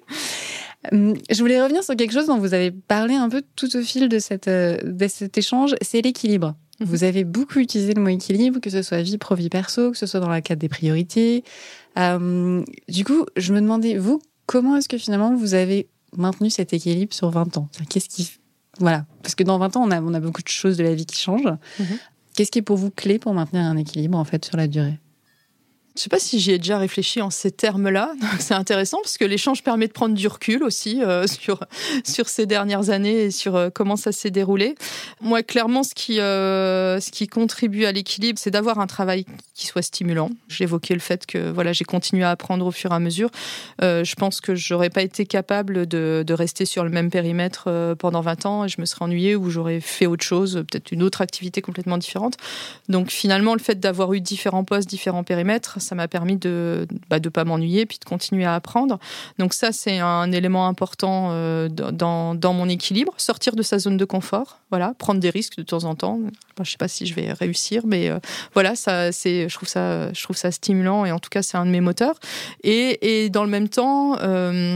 Je voulais revenir sur quelque chose dont vous avez parlé un peu tout au fil de, cette, de cet échange, c'est l'équilibre. Mmh. Vous avez beaucoup utilisé le mot équilibre, que ce soit vie pro, vie perso, que ce soit dans le cadre des priorités. Euh, du coup, je me demandais, vous, comment est-ce que finalement vous avez maintenu cet équilibre sur vingt ans ? Qu'est-ce qui... Voilà, parce que dans vingt ans, on a, on a beaucoup de choses de la vie qui changent. Mmh. Qu'est-ce qui est pour vous clé pour maintenir un équilibre en fait sur la durée ? Je ne sais pas si j'y ai déjà réfléchi en ces termes-là. C'est intéressant parce que l'échange permet de prendre du recul aussi euh, sur, sur ces dernières années et sur euh, comment ça s'est déroulé. Moi, clairement, ce qui, euh, ce qui contribue à l'équilibre, c'est d'avoir un travail qui soit stimulant. J'évoquais le fait que voilà, j'ai continué à apprendre au fur et à mesure. Euh, je pense que je n'aurais pas été capable de, de rester sur le même périmètre euh, pendant vingt ans et je me serais ennuyée ou j'aurais fait autre chose, peut-être une autre activité complètement différente. Donc finalement, le fait d'avoir eu différents postes, différents périmètres, ça m'a permis de bah, de pas m'ennuyer puis de continuer à apprendre. Donc ça, c'est un élément important euh, dans, dans mon équilibre. Sortir de sa zone de confort, voilà, prendre des risques de temps en temps. Enfin, je sais pas si je vais réussir, mais euh, voilà, ça, c'est, je trouve ça, je trouve ça stimulant et en tout cas, c'est un de mes moteurs. Et, et dans le même temps, euh,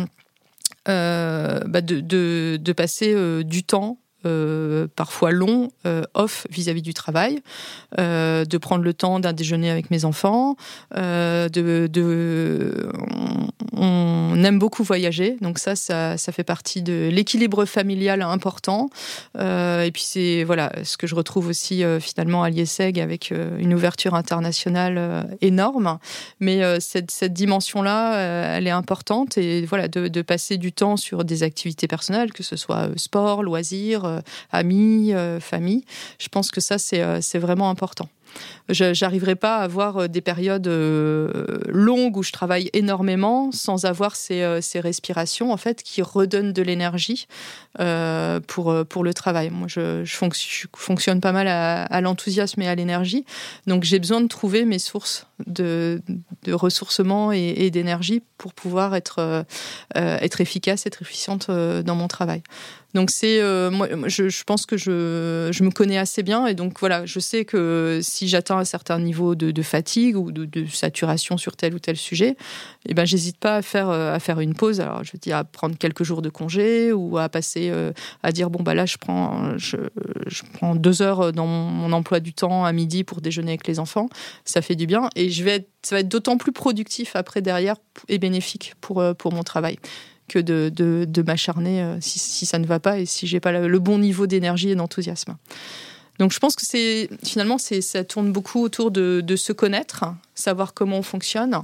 euh, bah, de, de, de passer euh, du temps Euh, parfois long, euh, off vis-à-vis du travail, euh, de prendre le temps d'un déjeuner avec mes enfants, euh, de, de, on, on aime beaucoup voyager, donc ça, ça, ça fait partie de l'équilibre familial important. Euh, et puis c'est voilà ce que je retrouve aussi euh, finalement à l'IESEG avec euh, une ouverture internationale euh, énorme. Mais euh, cette, cette dimension-là, euh, elle est importante et voilà de, de passer du temps sur des activités personnelles, que ce soit euh, sport, loisirs. Euh, amis, euh, famille. Je pense que ça, c'est, euh, c'est vraiment important. Je n'arriverai pas à avoir des périodes euh, longues où je travaille énormément sans avoir ces, euh, ces respirations en fait, qui redonnent de l'énergie euh, pour, pour le travail. Moi, je, je, fonc- je fonctionne pas mal à, à l'enthousiasme et à l'énergie. Donc, j'ai besoin de trouver mes sources de, de ressourcement et, et d'énergie pour pouvoir être, euh, être efficace, être efficiente euh, dans mon travail. Donc c'est, euh, moi, je, je pense que je, je me connais assez bien et donc voilà, je sais que si j'atteins un certain niveau de, de fatigue ou de, de saturation sur tel ou tel sujet, eh ben j'hésite pas à faire à faire une pause. Alors je dis à prendre quelques jours de congé ou à passer euh, à dire bon bah là je prends je, je prends deux heures dans mon, mon emploi du temps à midi pour déjeuner avec les enfants. Ça fait du bien et je vais être, ça va être d'autant plus productif après derrière et bénéfique pour pour mon travail. Que de, de, de m'acharner euh, si, si ça ne va pas et si j'ai pas le, le bon niveau d'énergie et d'enthousiasme. Donc je pense que c'est finalement c'est, ça tourne beaucoup autour de, de se connaître, savoir comment on fonctionne,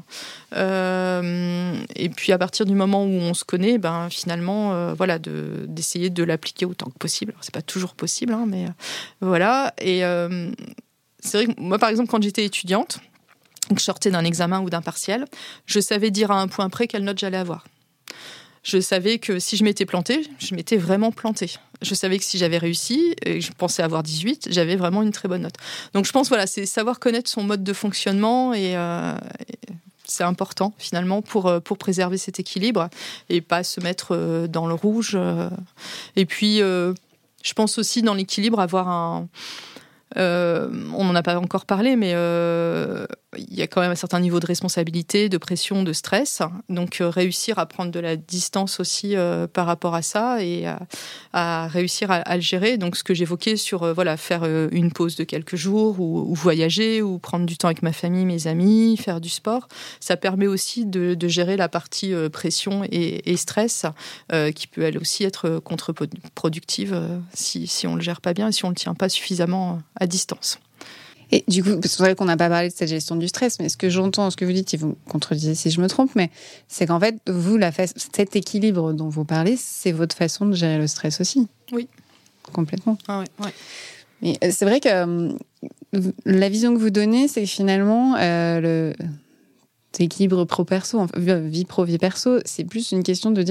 euh, et puis à partir du moment où on se connaît, ben finalement euh, voilà de, d'essayer de l'appliquer autant que possible. Alors, c'est pas toujours possible, hein, mais euh, voilà. Et euh, c'est vrai que moi par exemple quand j'étais étudiante, que je sortais d'un examen ou d'un partiel, je savais dire à un point près quelle note j'allais avoir. Je savais que si je m'étais plantée, je m'étais vraiment plantée. Je savais que si j'avais réussi, et je pensais avoir dix-huit, j'avais vraiment une très bonne note. Donc je pense, voilà, c'est savoir connaître son mode de fonctionnement et, euh, et c'est important finalement pour, pour préserver cet équilibre et pas se mettre dans le rouge. Et puis, euh, je pense aussi dans l'équilibre avoir un... Euh, on n'en a pas encore parlé, mais euh, il y a quand même un certain niveau de responsabilité, de pression, de stress. Donc, euh, réussir à prendre de la distance aussi euh, par rapport à ça et à, à réussir à, à le gérer. Donc, ce que j'évoquais sur euh, voilà, faire euh, une pause de quelques jours ou, ou voyager ou prendre du temps avec ma famille, mes amis, faire du sport, ça permet aussi de, de gérer la partie euh, pression et, et stress euh, qui peut elle aussi être contre-productive euh, si, si on ne le gère pas bien et si on ne le tient pas suffisamment à distance. Et du coup, parce que c'est vrai qu'on n'a pas parlé de cette gestion du stress, mais ce que j'entends, ce que vous dites, et vous me contredisez si je me trompe, mais c'est qu'en fait, vous, la fa- cet équilibre dont vous parlez, c'est votre façon de gérer le stress aussi. Oui. Complètement. Ah ouais, ouais. Mais c'est vrai que euh, la vision que vous donnez, c'est que finalement, euh, le... l'équilibre pro-perso, enfin, vie pro-vie perso, c'est plus une question de dire,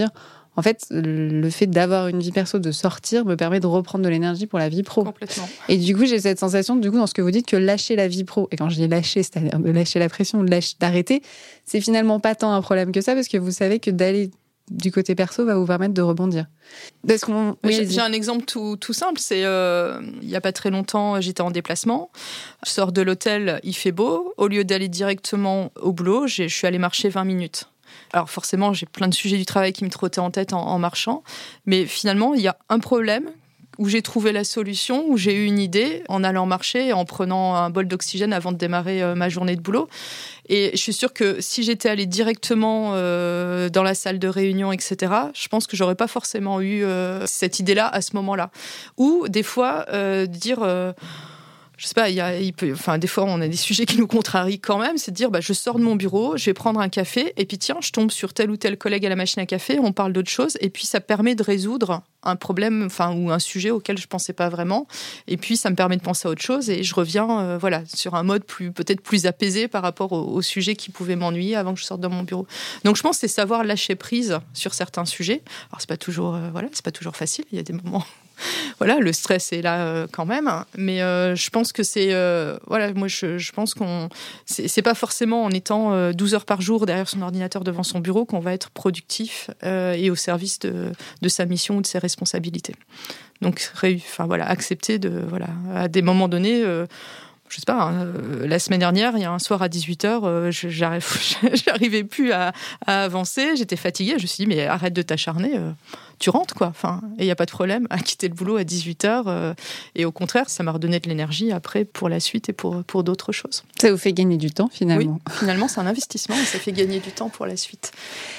en fait, le fait d'avoir une vie perso, de sortir, me permet de reprendre de l'énergie pour la vie pro. Complètement. Et du coup, j'ai cette sensation, du coup, dans ce que vous dites, que lâcher la vie pro, et quand je dis lâcher, c'est-à-dire de lâcher la pression, de lâcher, d'arrêter, c'est finalement pas tant un problème que ça, parce que vous savez que d'aller du côté perso va vous permettre de rebondir. Parce qu'on... Oui, j'ai, j'ai un exemple tout, tout simple, c'est euh, il n'y a pas très longtemps, j'étais en déplacement, je sors de l'hôtel, il fait beau, au lieu d'aller directement au boulot, je suis allée marcher vingt minutes. Alors forcément, j'ai plein de sujets du travail qui me trottaient en tête en, en marchant, mais finalement, il y a un problème où j'ai trouvé la solution, où j'ai eu une idée en allant marcher, en prenant un bol d'oxygène avant de démarrer euh, ma journée de boulot. Et je suis sûre que si j'étais allée directement euh, dans la salle de réunion, et cetera, je pense que j'aurais pas forcément eu euh, cette idée-là à ce moment-là. Ou des fois, euh, dire... Euh, je sais pas, il y a, il peut, enfin, des fois, on a des sujets qui nous contrarient quand même. C'est de dire, bah, je sors de mon bureau, je vais prendre un café, et puis tiens, je tombe sur tel ou tel collègue à la machine à café, on parle d'autre chose, et puis ça permet de résoudre un problème, enfin, ou un sujet auquel je pensais pas vraiment. Et puis, ça me permet de penser à autre chose, et je reviens, euh, voilà, sur un mode plus, peut-être plus apaisé par rapport au, au sujet qui pouvait m'ennuyer avant que je sorte de mon bureau. Donc, je pense que c'est savoir lâcher prise sur certains sujets. Alors, c'est pas toujours, euh, voilà, c'est pas toujours facile. Il y a des moments. Voilà, le stress est là euh, quand même, mais euh, je pense que c'est, euh, voilà, moi je, je pense qu'on, c'est, c'est pas forcément en étant euh, douze heures par jour derrière son ordinateur devant son bureau qu'on va être productif euh, et au service de, de sa mission ou de ses responsabilités. Donc, ré, enfin voilà, accepter de, voilà, à des moments donnés. Euh, Je sais pas, hein, euh, la semaine dernière, il y a un soir à dix-huit heures, euh, je j'arrivais plus à, à avancer, j'étais fatiguée, je me suis dit, mais arrête de t'acharner, euh, tu rentres, quoi. Enfin, et il n'y a pas de problème à quitter le boulot à dix-huit heures. Euh, et au contraire, ça m'a redonné de l'énergie après pour la suite et pour, pour d'autres choses. Ça vous fait gagner du temps, finalement. Oui, finalement, c'est un investissement et ça fait gagner du temps pour la suite.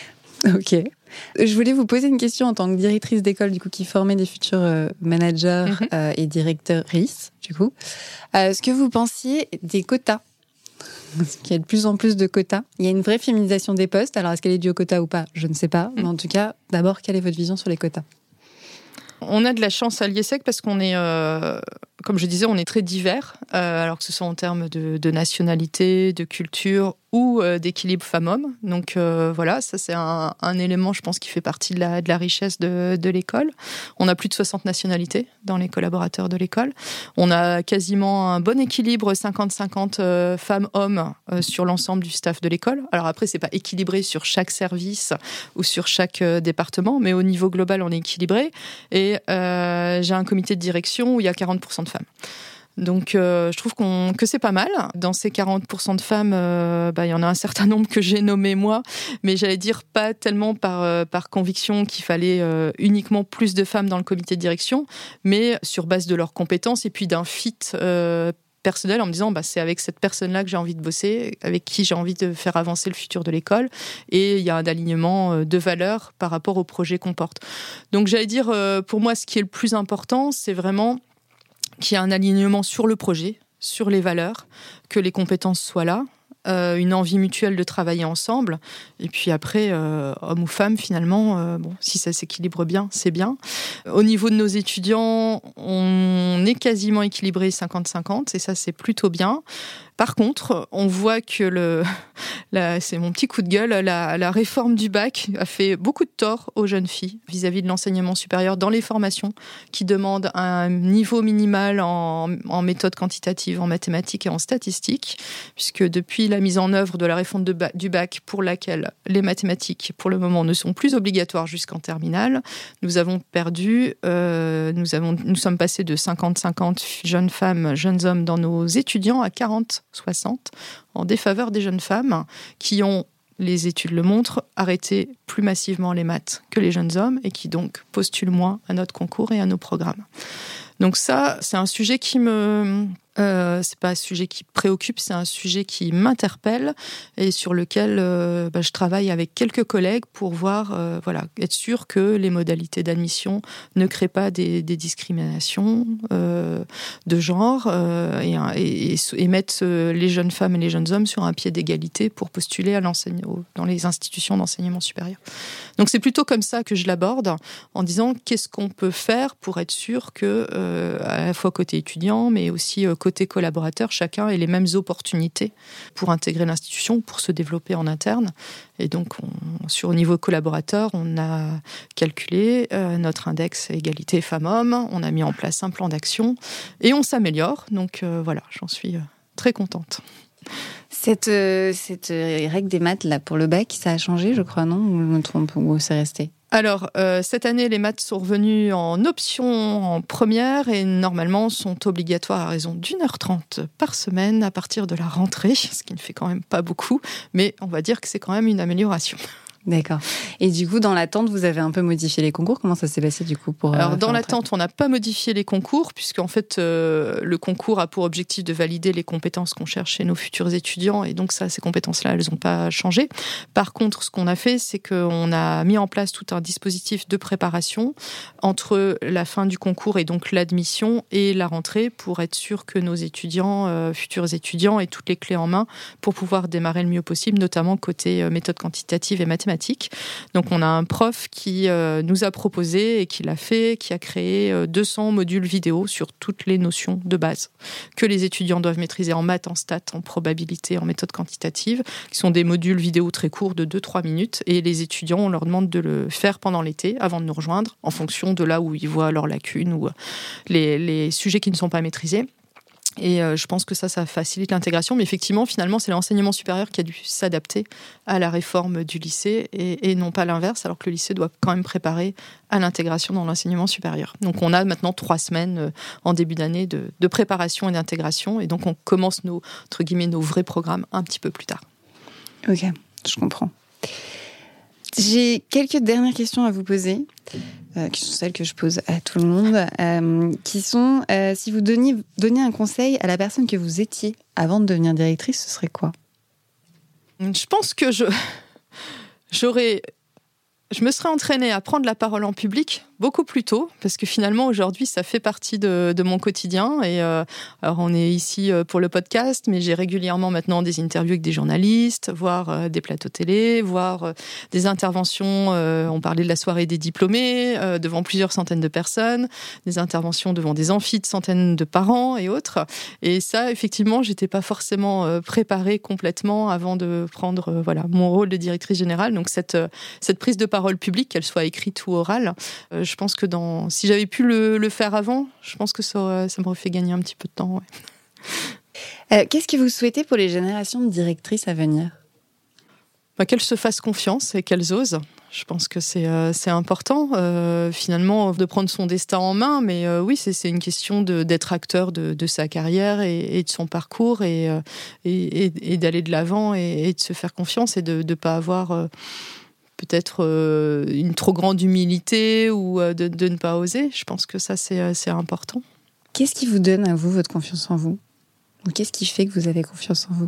Ok. Je voulais vous poser une question en tant que directrice d'école, du coup, qui formait des futurs euh, managers mm-hmm. euh, et directeurs R I S, du coup. Euh, ce que vous pensiez des quotas? Parce qu'il y a de plus en plus de quotas. Il y a une vraie féminisation des postes. Alors, est-ce qu'elle est due aux quotas ou pas? Je ne sais pas. Mm. Mais en tout cas, d'abord, quelle est votre vision sur les quotas? On a de la chance à l'IESEC parce qu'on est, euh, comme je disais, on est très divers, euh, alors que ce soit en termes de, de nationalité, de culture ou euh, d'équilibre femmes-hommes. Donc euh, voilà, ça c'est un, un élément, je pense, qui fait partie de la, de la richesse de, de l'école. On a plus de soixante nationalités dans les collaborateurs de l'école. On a quasiment un bon équilibre cinquante cinquante euh, femmes-hommes euh, sur l'ensemble du staff de l'école. Alors après, c'est pas équilibré sur chaque service ou sur chaque euh, département, mais au niveau global, on est équilibré. Et euh, j'ai un comité de direction où il y a quarante pour cent de femmes. Donc, euh, je trouve qu'on, que c'est pas mal. Dans ces quarante pour cent de femmes, euh, bah, il y en a un certain nombre que j'ai nommé moi, mais j'allais dire pas tellement par, euh, par conviction qu'il fallait euh, uniquement plus de femmes dans le comité de direction, mais sur base de leurs compétences et puis d'un fit euh, personnel en me disant bah, c'est avec cette personne-là que j'ai envie de bosser, avec qui j'ai envie de faire avancer le futur de l'école, et il y a un alignement de valeurs par rapport au projet qu'on porte. Donc, j'allais dire, euh, pour moi, ce qui est le plus important, c'est vraiment qu'il y a un alignement sur le projet, sur les valeurs, que les compétences soient là, euh, une envie mutuelle de travailler ensemble, et puis après, euh, homme ou femme, finalement, euh, bon, si ça s'équilibre bien, c'est bien. Au niveau de nos étudiants, on est quasiment équilibré cinquante cinquante, et ça, c'est plutôt bien. Par contre, on voit que le, la, c'est mon petit coup de gueule, la, la réforme du bac a fait beaucoup de tort aux jeunes filles vis-à-vis de l'enseignement supérieur dans les formations qui demandent un niveau minimal en, en méthode quantitative, en mathématiques et en statistiques, puisque depuis la mise en œuvre de la réforme de ba, du bac pour laquelle les mathématiques, pour le moment, ne sont plus obligatoires jusqu'en terminale, nous avons perdu, euh, nous, avons, nous sommes passés de cinquante cinquante jeunes femmes, jeunes hommes dans nos étudiants à quarante soixante en défaveur des jeunes femmes qui ont, les études le montrent, arrêté plus massivement les maths que les jeunes hommes et qui donc postulent moins à notre concours et à nos programmes. Donc ça, c'est un sujet qui me... Euh, c'est pas un sujet qui préoccupe, c'est un sujet qui m'interpelle et sur lequel euh, bah, je travaille avec quelques collègues pour voir, euh, voilà, être sûr que les modalités d'admission ne créent pas des, des discriminations euh, de genre euh, et, et, et mettre euh, les jeunes femmes et les jeunes hommes sur un pied d'égalité pour postuler à l'enseignement, dans les institutions d'enseignement supérieur. Donc c'est plutôt comme ça que je l'aborde, en disant qu'est-ce qu'on peut faire pour être sûr que, euh, à la fois côté étudiant, mais aussi euh, côté collaborateur, chacun ait les mêmes opportunités pour intégrer l'institution, pour se développer en interne. Et donc, on, sur au niveau collaborateur, on a calculé euh, notre index égalité femmes-hommes, on a mis en place un plan d'action et on s'améliore. Donc euh, voilà, j'en suis euh, très contente. Cette, euh, cette règle des maths là, pour le bac, ça a changé, je crois, non ? Ou je me trompe, ou c'est resté ? Alors, euh, cette année, les maths sont revenus en option en première et normalement sont obligatoires à raison d'une heure trente par semaine à partir de la rentrée, ce qui ne fait quand même pas beaucoup, mais on va dire que c'est quand même une amélioration. D'accord. Et du coup, dans l'attente, vous avez un peu modifié les concours. Comment ça s'est passé du coup pour Alors, euh, dans l'attente, on n'a pas modifié les concours, puisqu'en fait, euh, le concours a pour objectif de valider les compétences qu'on cherche chez nos futurs étudiants, et donc ça, ces compétences-là, elles n'ont pas changé. Par contre, ce qu'on a fait, c'est qu'on a mis en place tout un dispositif de préparation entre la fin du concours et donc l'admission et la rentrée, pour être sûr que nos étudiants, euh, futurs étudiants, aient toutes les clés en main pour pouvoir démarrer le mieux possible, notamment côté euh, méthode quantitative et mathématiques. Donc on a un prof qui euh, nous a proposé et qui l'a fait, qui a créé euh, deux cents modules vidéo sur toutes les notions de base que les étudiants doivent maîtriser en maths, en stats, en probabilité, en méthode quantitative, qui sont des modules vidéo très courts de deux à trois minutes, et les étudiants, on leur demande de le faire pendant l'été avant de nous rejoindre, en fonction de là où ils voient leurs lacunes ou les, les sujets qui ne sont pas maîtrisés. Et euh, je pense que ça, ça facilite l'intégration. Mais effectivement, finalement, c'est l'enseignement supérieur qui a dû s'adapter à la réforme du lycée et, et non pas l'inverse, alors que le lycée doit quand même préparer à l'intégration dans l'enseignement supérieur. Donc on a maintenant trois semaines euh, en début d'année de, de préparation et d'intégration. Et donc on commence nos, entre guillemets, nos vrais programmes un petit peu plus tard. Ok, je comprends. J'ai quelques dernières questions à vous poser, euh, qui sont celles que je pose à tout le monde, euh, qui sont, euh, si vous donniez, donniez un conseil à la personne que vous étiez avant de devenir directrice, ce serait quoi ? Je pense que je, j'aurais, je me serais entraînée à prendre la parole en public beaucoup plus tôt, parce que finalement aujourd'hui ça fait partie de, de mon quotidien. Et euh, alors on est ici pour le podcast, mais j'ai régulièrement maintenant des interviews avec des journalistes, voire euh, des plateaux télé, voire euh, des interventions. Euh, on parlait de la soirée des diplômés euh, devant plusieurs centaines de personnes, des interventions devant des amphis de centaines de parents et autres. Et ça, effectivement, j'étais pas forcément euh, préparée complètement avant de prendre euh, voilà mon rôle de directrice générale. Donc cette euh, cette prise de parole publique, qu'elle soit écrite ou orale, euh, je pense que dans, si j'avais pu le, le faire avant, je pense que ça, ça m'aurait fait gagner un petit peu de temps. Ouais. Euh, qu'est-ce que vous souhaitez pour les générations de directrices à venir ? Bah, qu'elles se fassent confiance et qu'elles osent. Je pense que c'est, euh, c'est important, euh, finalement, de prendre son destin en main. Mais euh, oui, c'est, c'est une question de, d'être acteur de, de sa carrière et, et de son parcours et, euh, et, et, et d'aller de l'avant et, et de se faire confiance et de ne pas avoir... Euh, peut-être euh, une trop grande humilité ou euh, de, de ne pas oser. Je pense que ça, c'est, c'est important. Qu'est-ce qui vous donne à vous votre confiance en vous ? Ou qu'est-ce qui fait que vous avez confiance en vous ?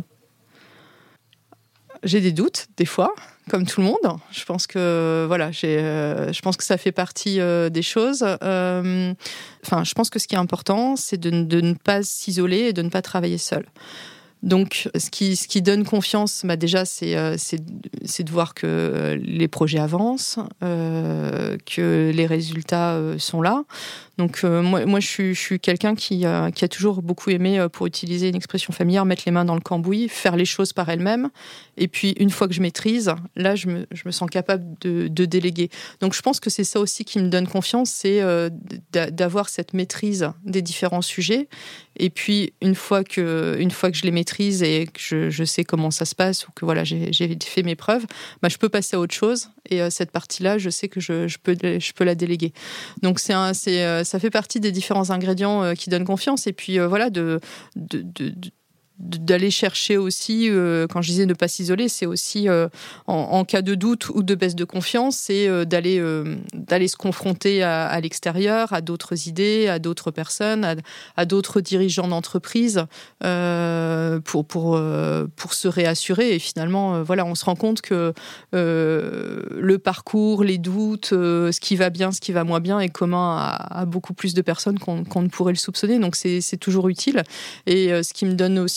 J'ai des doutes, des fois, comme tout le monde. Je pense que, voilà, j'ai, euh, je pense que ça fait partie euh, des choses. Euh, enfin, je pense que ce qui est important, c'est de, de ne pas s'isoler et de ne pas travailler seul. Donc, ce qui, ce qui donne confiance, bah déjà, c'est, euh, c'est, c'est de voir que les projets avancent, euh, que les résultats euh, sont là. Donc, euh, moi, moi je, suis, je suis quelqu'un qui, euh, qui a toujours beaucoup aimé, euh, pour utiliser une expression familière, mettre les mains dans le cambouis, faire les choses par elle-même. Et puis, une fois que je maîtrise, là, je me, je me sens capable de, de déléguer. Donc, je pense que c'est ça aussi qui me donne confiance, c'est euh, d'avoir cette maîtrise des différents sujets. Et puis, une fois que, une fois que je les maîtrise et que je, je sais comment ça se passe ou que voilà, j'ai, j'ai fait mes preuves, bah, je peux passer à autre chose. Et euh, cette partie-là, je sais que je, je, peux, je peux la déléguer. Donc, c'est un, c'est, euh, ça fait partie des différents ingrédients euh, qui donnent confiance. Et puis, euh, voilà, de, de, de, de d'aller chercher aussi, euh, quand je disais ne pas s'isoler, c'est aussi euh, en, en cas de doute ou de baisse de confiance, c'est euh, d'aller, euh, d'aller se confronter à, à l'extérieur, à d'autres idées, à d'autres personnes, à, à d'autres dirigeants d'entreprise euh, pour, pour, euh, pour se réassurer. Et finalement, euh, voilà, on se rend compte que euh, le parcours, les doutes, euh, ce qui va bien, ce qui va moins bien est commun à, à beaucoup plus de personnes qu'on, qu'on ne pourrait le soupçonner. Donc c'est, c'est toujours utile. Et euh, ce qui me donne aussi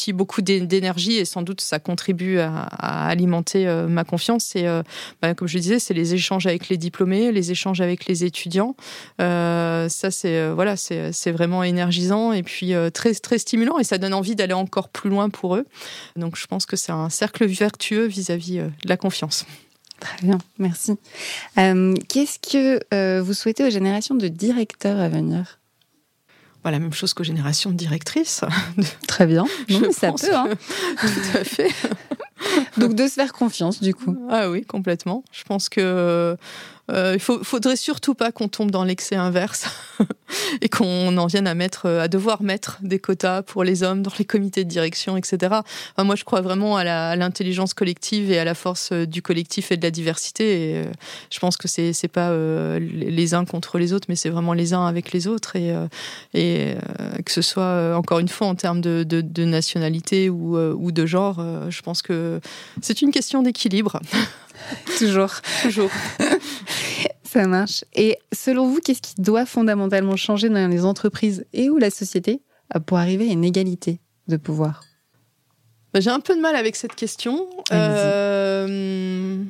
aussi beaucoup d'énergie et sans doute ça contribue à, à alimenter euh, ma confiance. C'est, euh, bah, comme je disais, c'est les échanges avec les diplômés, les échanges avec les étudiants. Euh, ça, c'est, euh, voilà, c'est, c'est vraiment énergisant et puis euh, très, très stimulant et ça donne envie d'aller encore plus loin pour eux. Donc, je pense que c'est un cercle vertueux vis-à-vis euh, de la confiance. Très bien, merci. Euh, qu'est-ce que euh, vous souhaitez aux générations de directeurs à venir ? Bah, la même chose qu'aux générations de directrices. Très bien, non, mais ça peut. Hein. Tout à fait. Donc de se faire confiance, du coup. Ah oui, complètement. Je pense que euh, il faut, faudrait surtout pas qu'on tombe dans l'excès inverse et qu'on en vienne à mettre, à devoir mettre des quotas pour les hommes dans les comités de direction, et cetera. Enfin, moi, je crois vraiment à, la, à l'intelligence collective et à la force du collectif et de la diversité. Et, euh, je pense que c'est c'est pas euh, les uns contre les autres, mais c'est vraiment les uns avec les autres et euh, et euh, que ce soit euh, encore une fois en termes de, de, de nationalité ou euh, ou de genre, euh, je pense que c'est une question d'équilibre. Toujours. Toujours. Ça marche. Et selon vous, qu'est-ce qui doit fondamentalement changer dans les entreprises et ou la société pour arriver à une égalité de pouvoir ? J'ai un peu de mal avec cette question. Euh...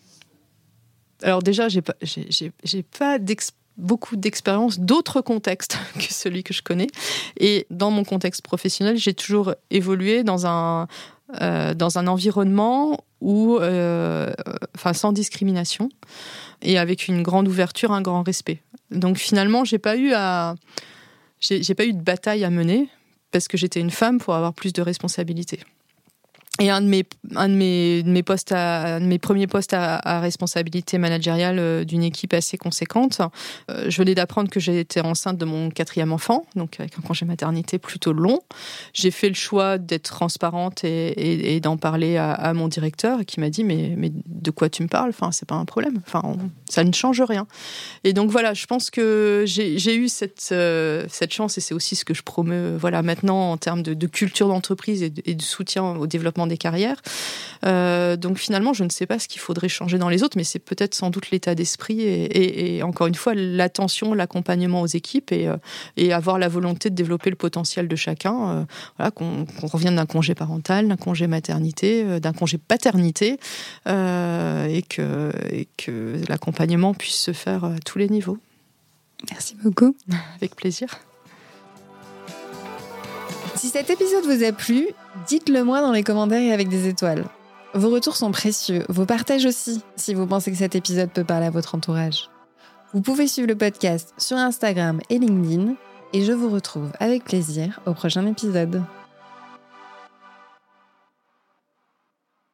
Alors déjà, j'ai pas, j'ai, j'ai, j'ai pas d'ex... beaucoup d'expérience d'autres contextes que celui que je connais. Et dans mon contexte professionnel, j'ai toujours évolué dans un Euh, dans un environnement où, euh, enfin, sans discrimination et avec une grande ouverture, un grand respect. Donc finalement, j'ai pas eu à, j'ai, j'ai pas eu de bataille à mener parce que j'étais une femme pour avoir plus de responsabilités. Et un de mes, un de mes, de mes postes à, un de mes premiers postes à, à responsabilité managériale euh, d'une équipe assez conséquente, euh, je venais d'apprendre que j'étais enceinte de mon quatrième enfant, donc avec un congé maternité plutôt long. J'ai fait le choix d'être transparente et, et, et d'en parler à, à mon directeur, qui m'a dit mais, mais de quoi tu me parles ? Enfin, c'est pas un problème. Enfin, on, ça ne change rien. Et donc voilà, je pense que j'ai, j'ai eu cette, euh, cette chance et c'est aussi ce que je promeux, voilà, maintenant en termes de, de culture d'entreprise et de, et de soutien au développement des carrières. Euh, donc finalement, je ne sais pas ce qu'il faudrait changer dans les autres, mais c'est peut-être sans doute l'état d'esprit et, et, et encore une fois, l'attention, l'accompagnement aux équipes et, euh, et avoir la volonté de développer le potentiel de chacun. Euh, voilà, qu'on, qu'on revienne d'un congé parental, d'un congé maternité, euh, d'un congé paternité euh, et, que, et que l'accompagnement puisse se faire à tous les niveaux. Merci beaucoup. Avec plaisir. Si cet épisode vous a plu, dites-le moi dans les commentaires et avec des étoiles. Vos retours sont précieux, vos partages aussi, si vous pensez que cet épisode peut parler à votre entourage. Vous pouvez suivre le podcast sur Instagram et LinkedIn, et je vous retrouve avec plaisir au prochain épisode.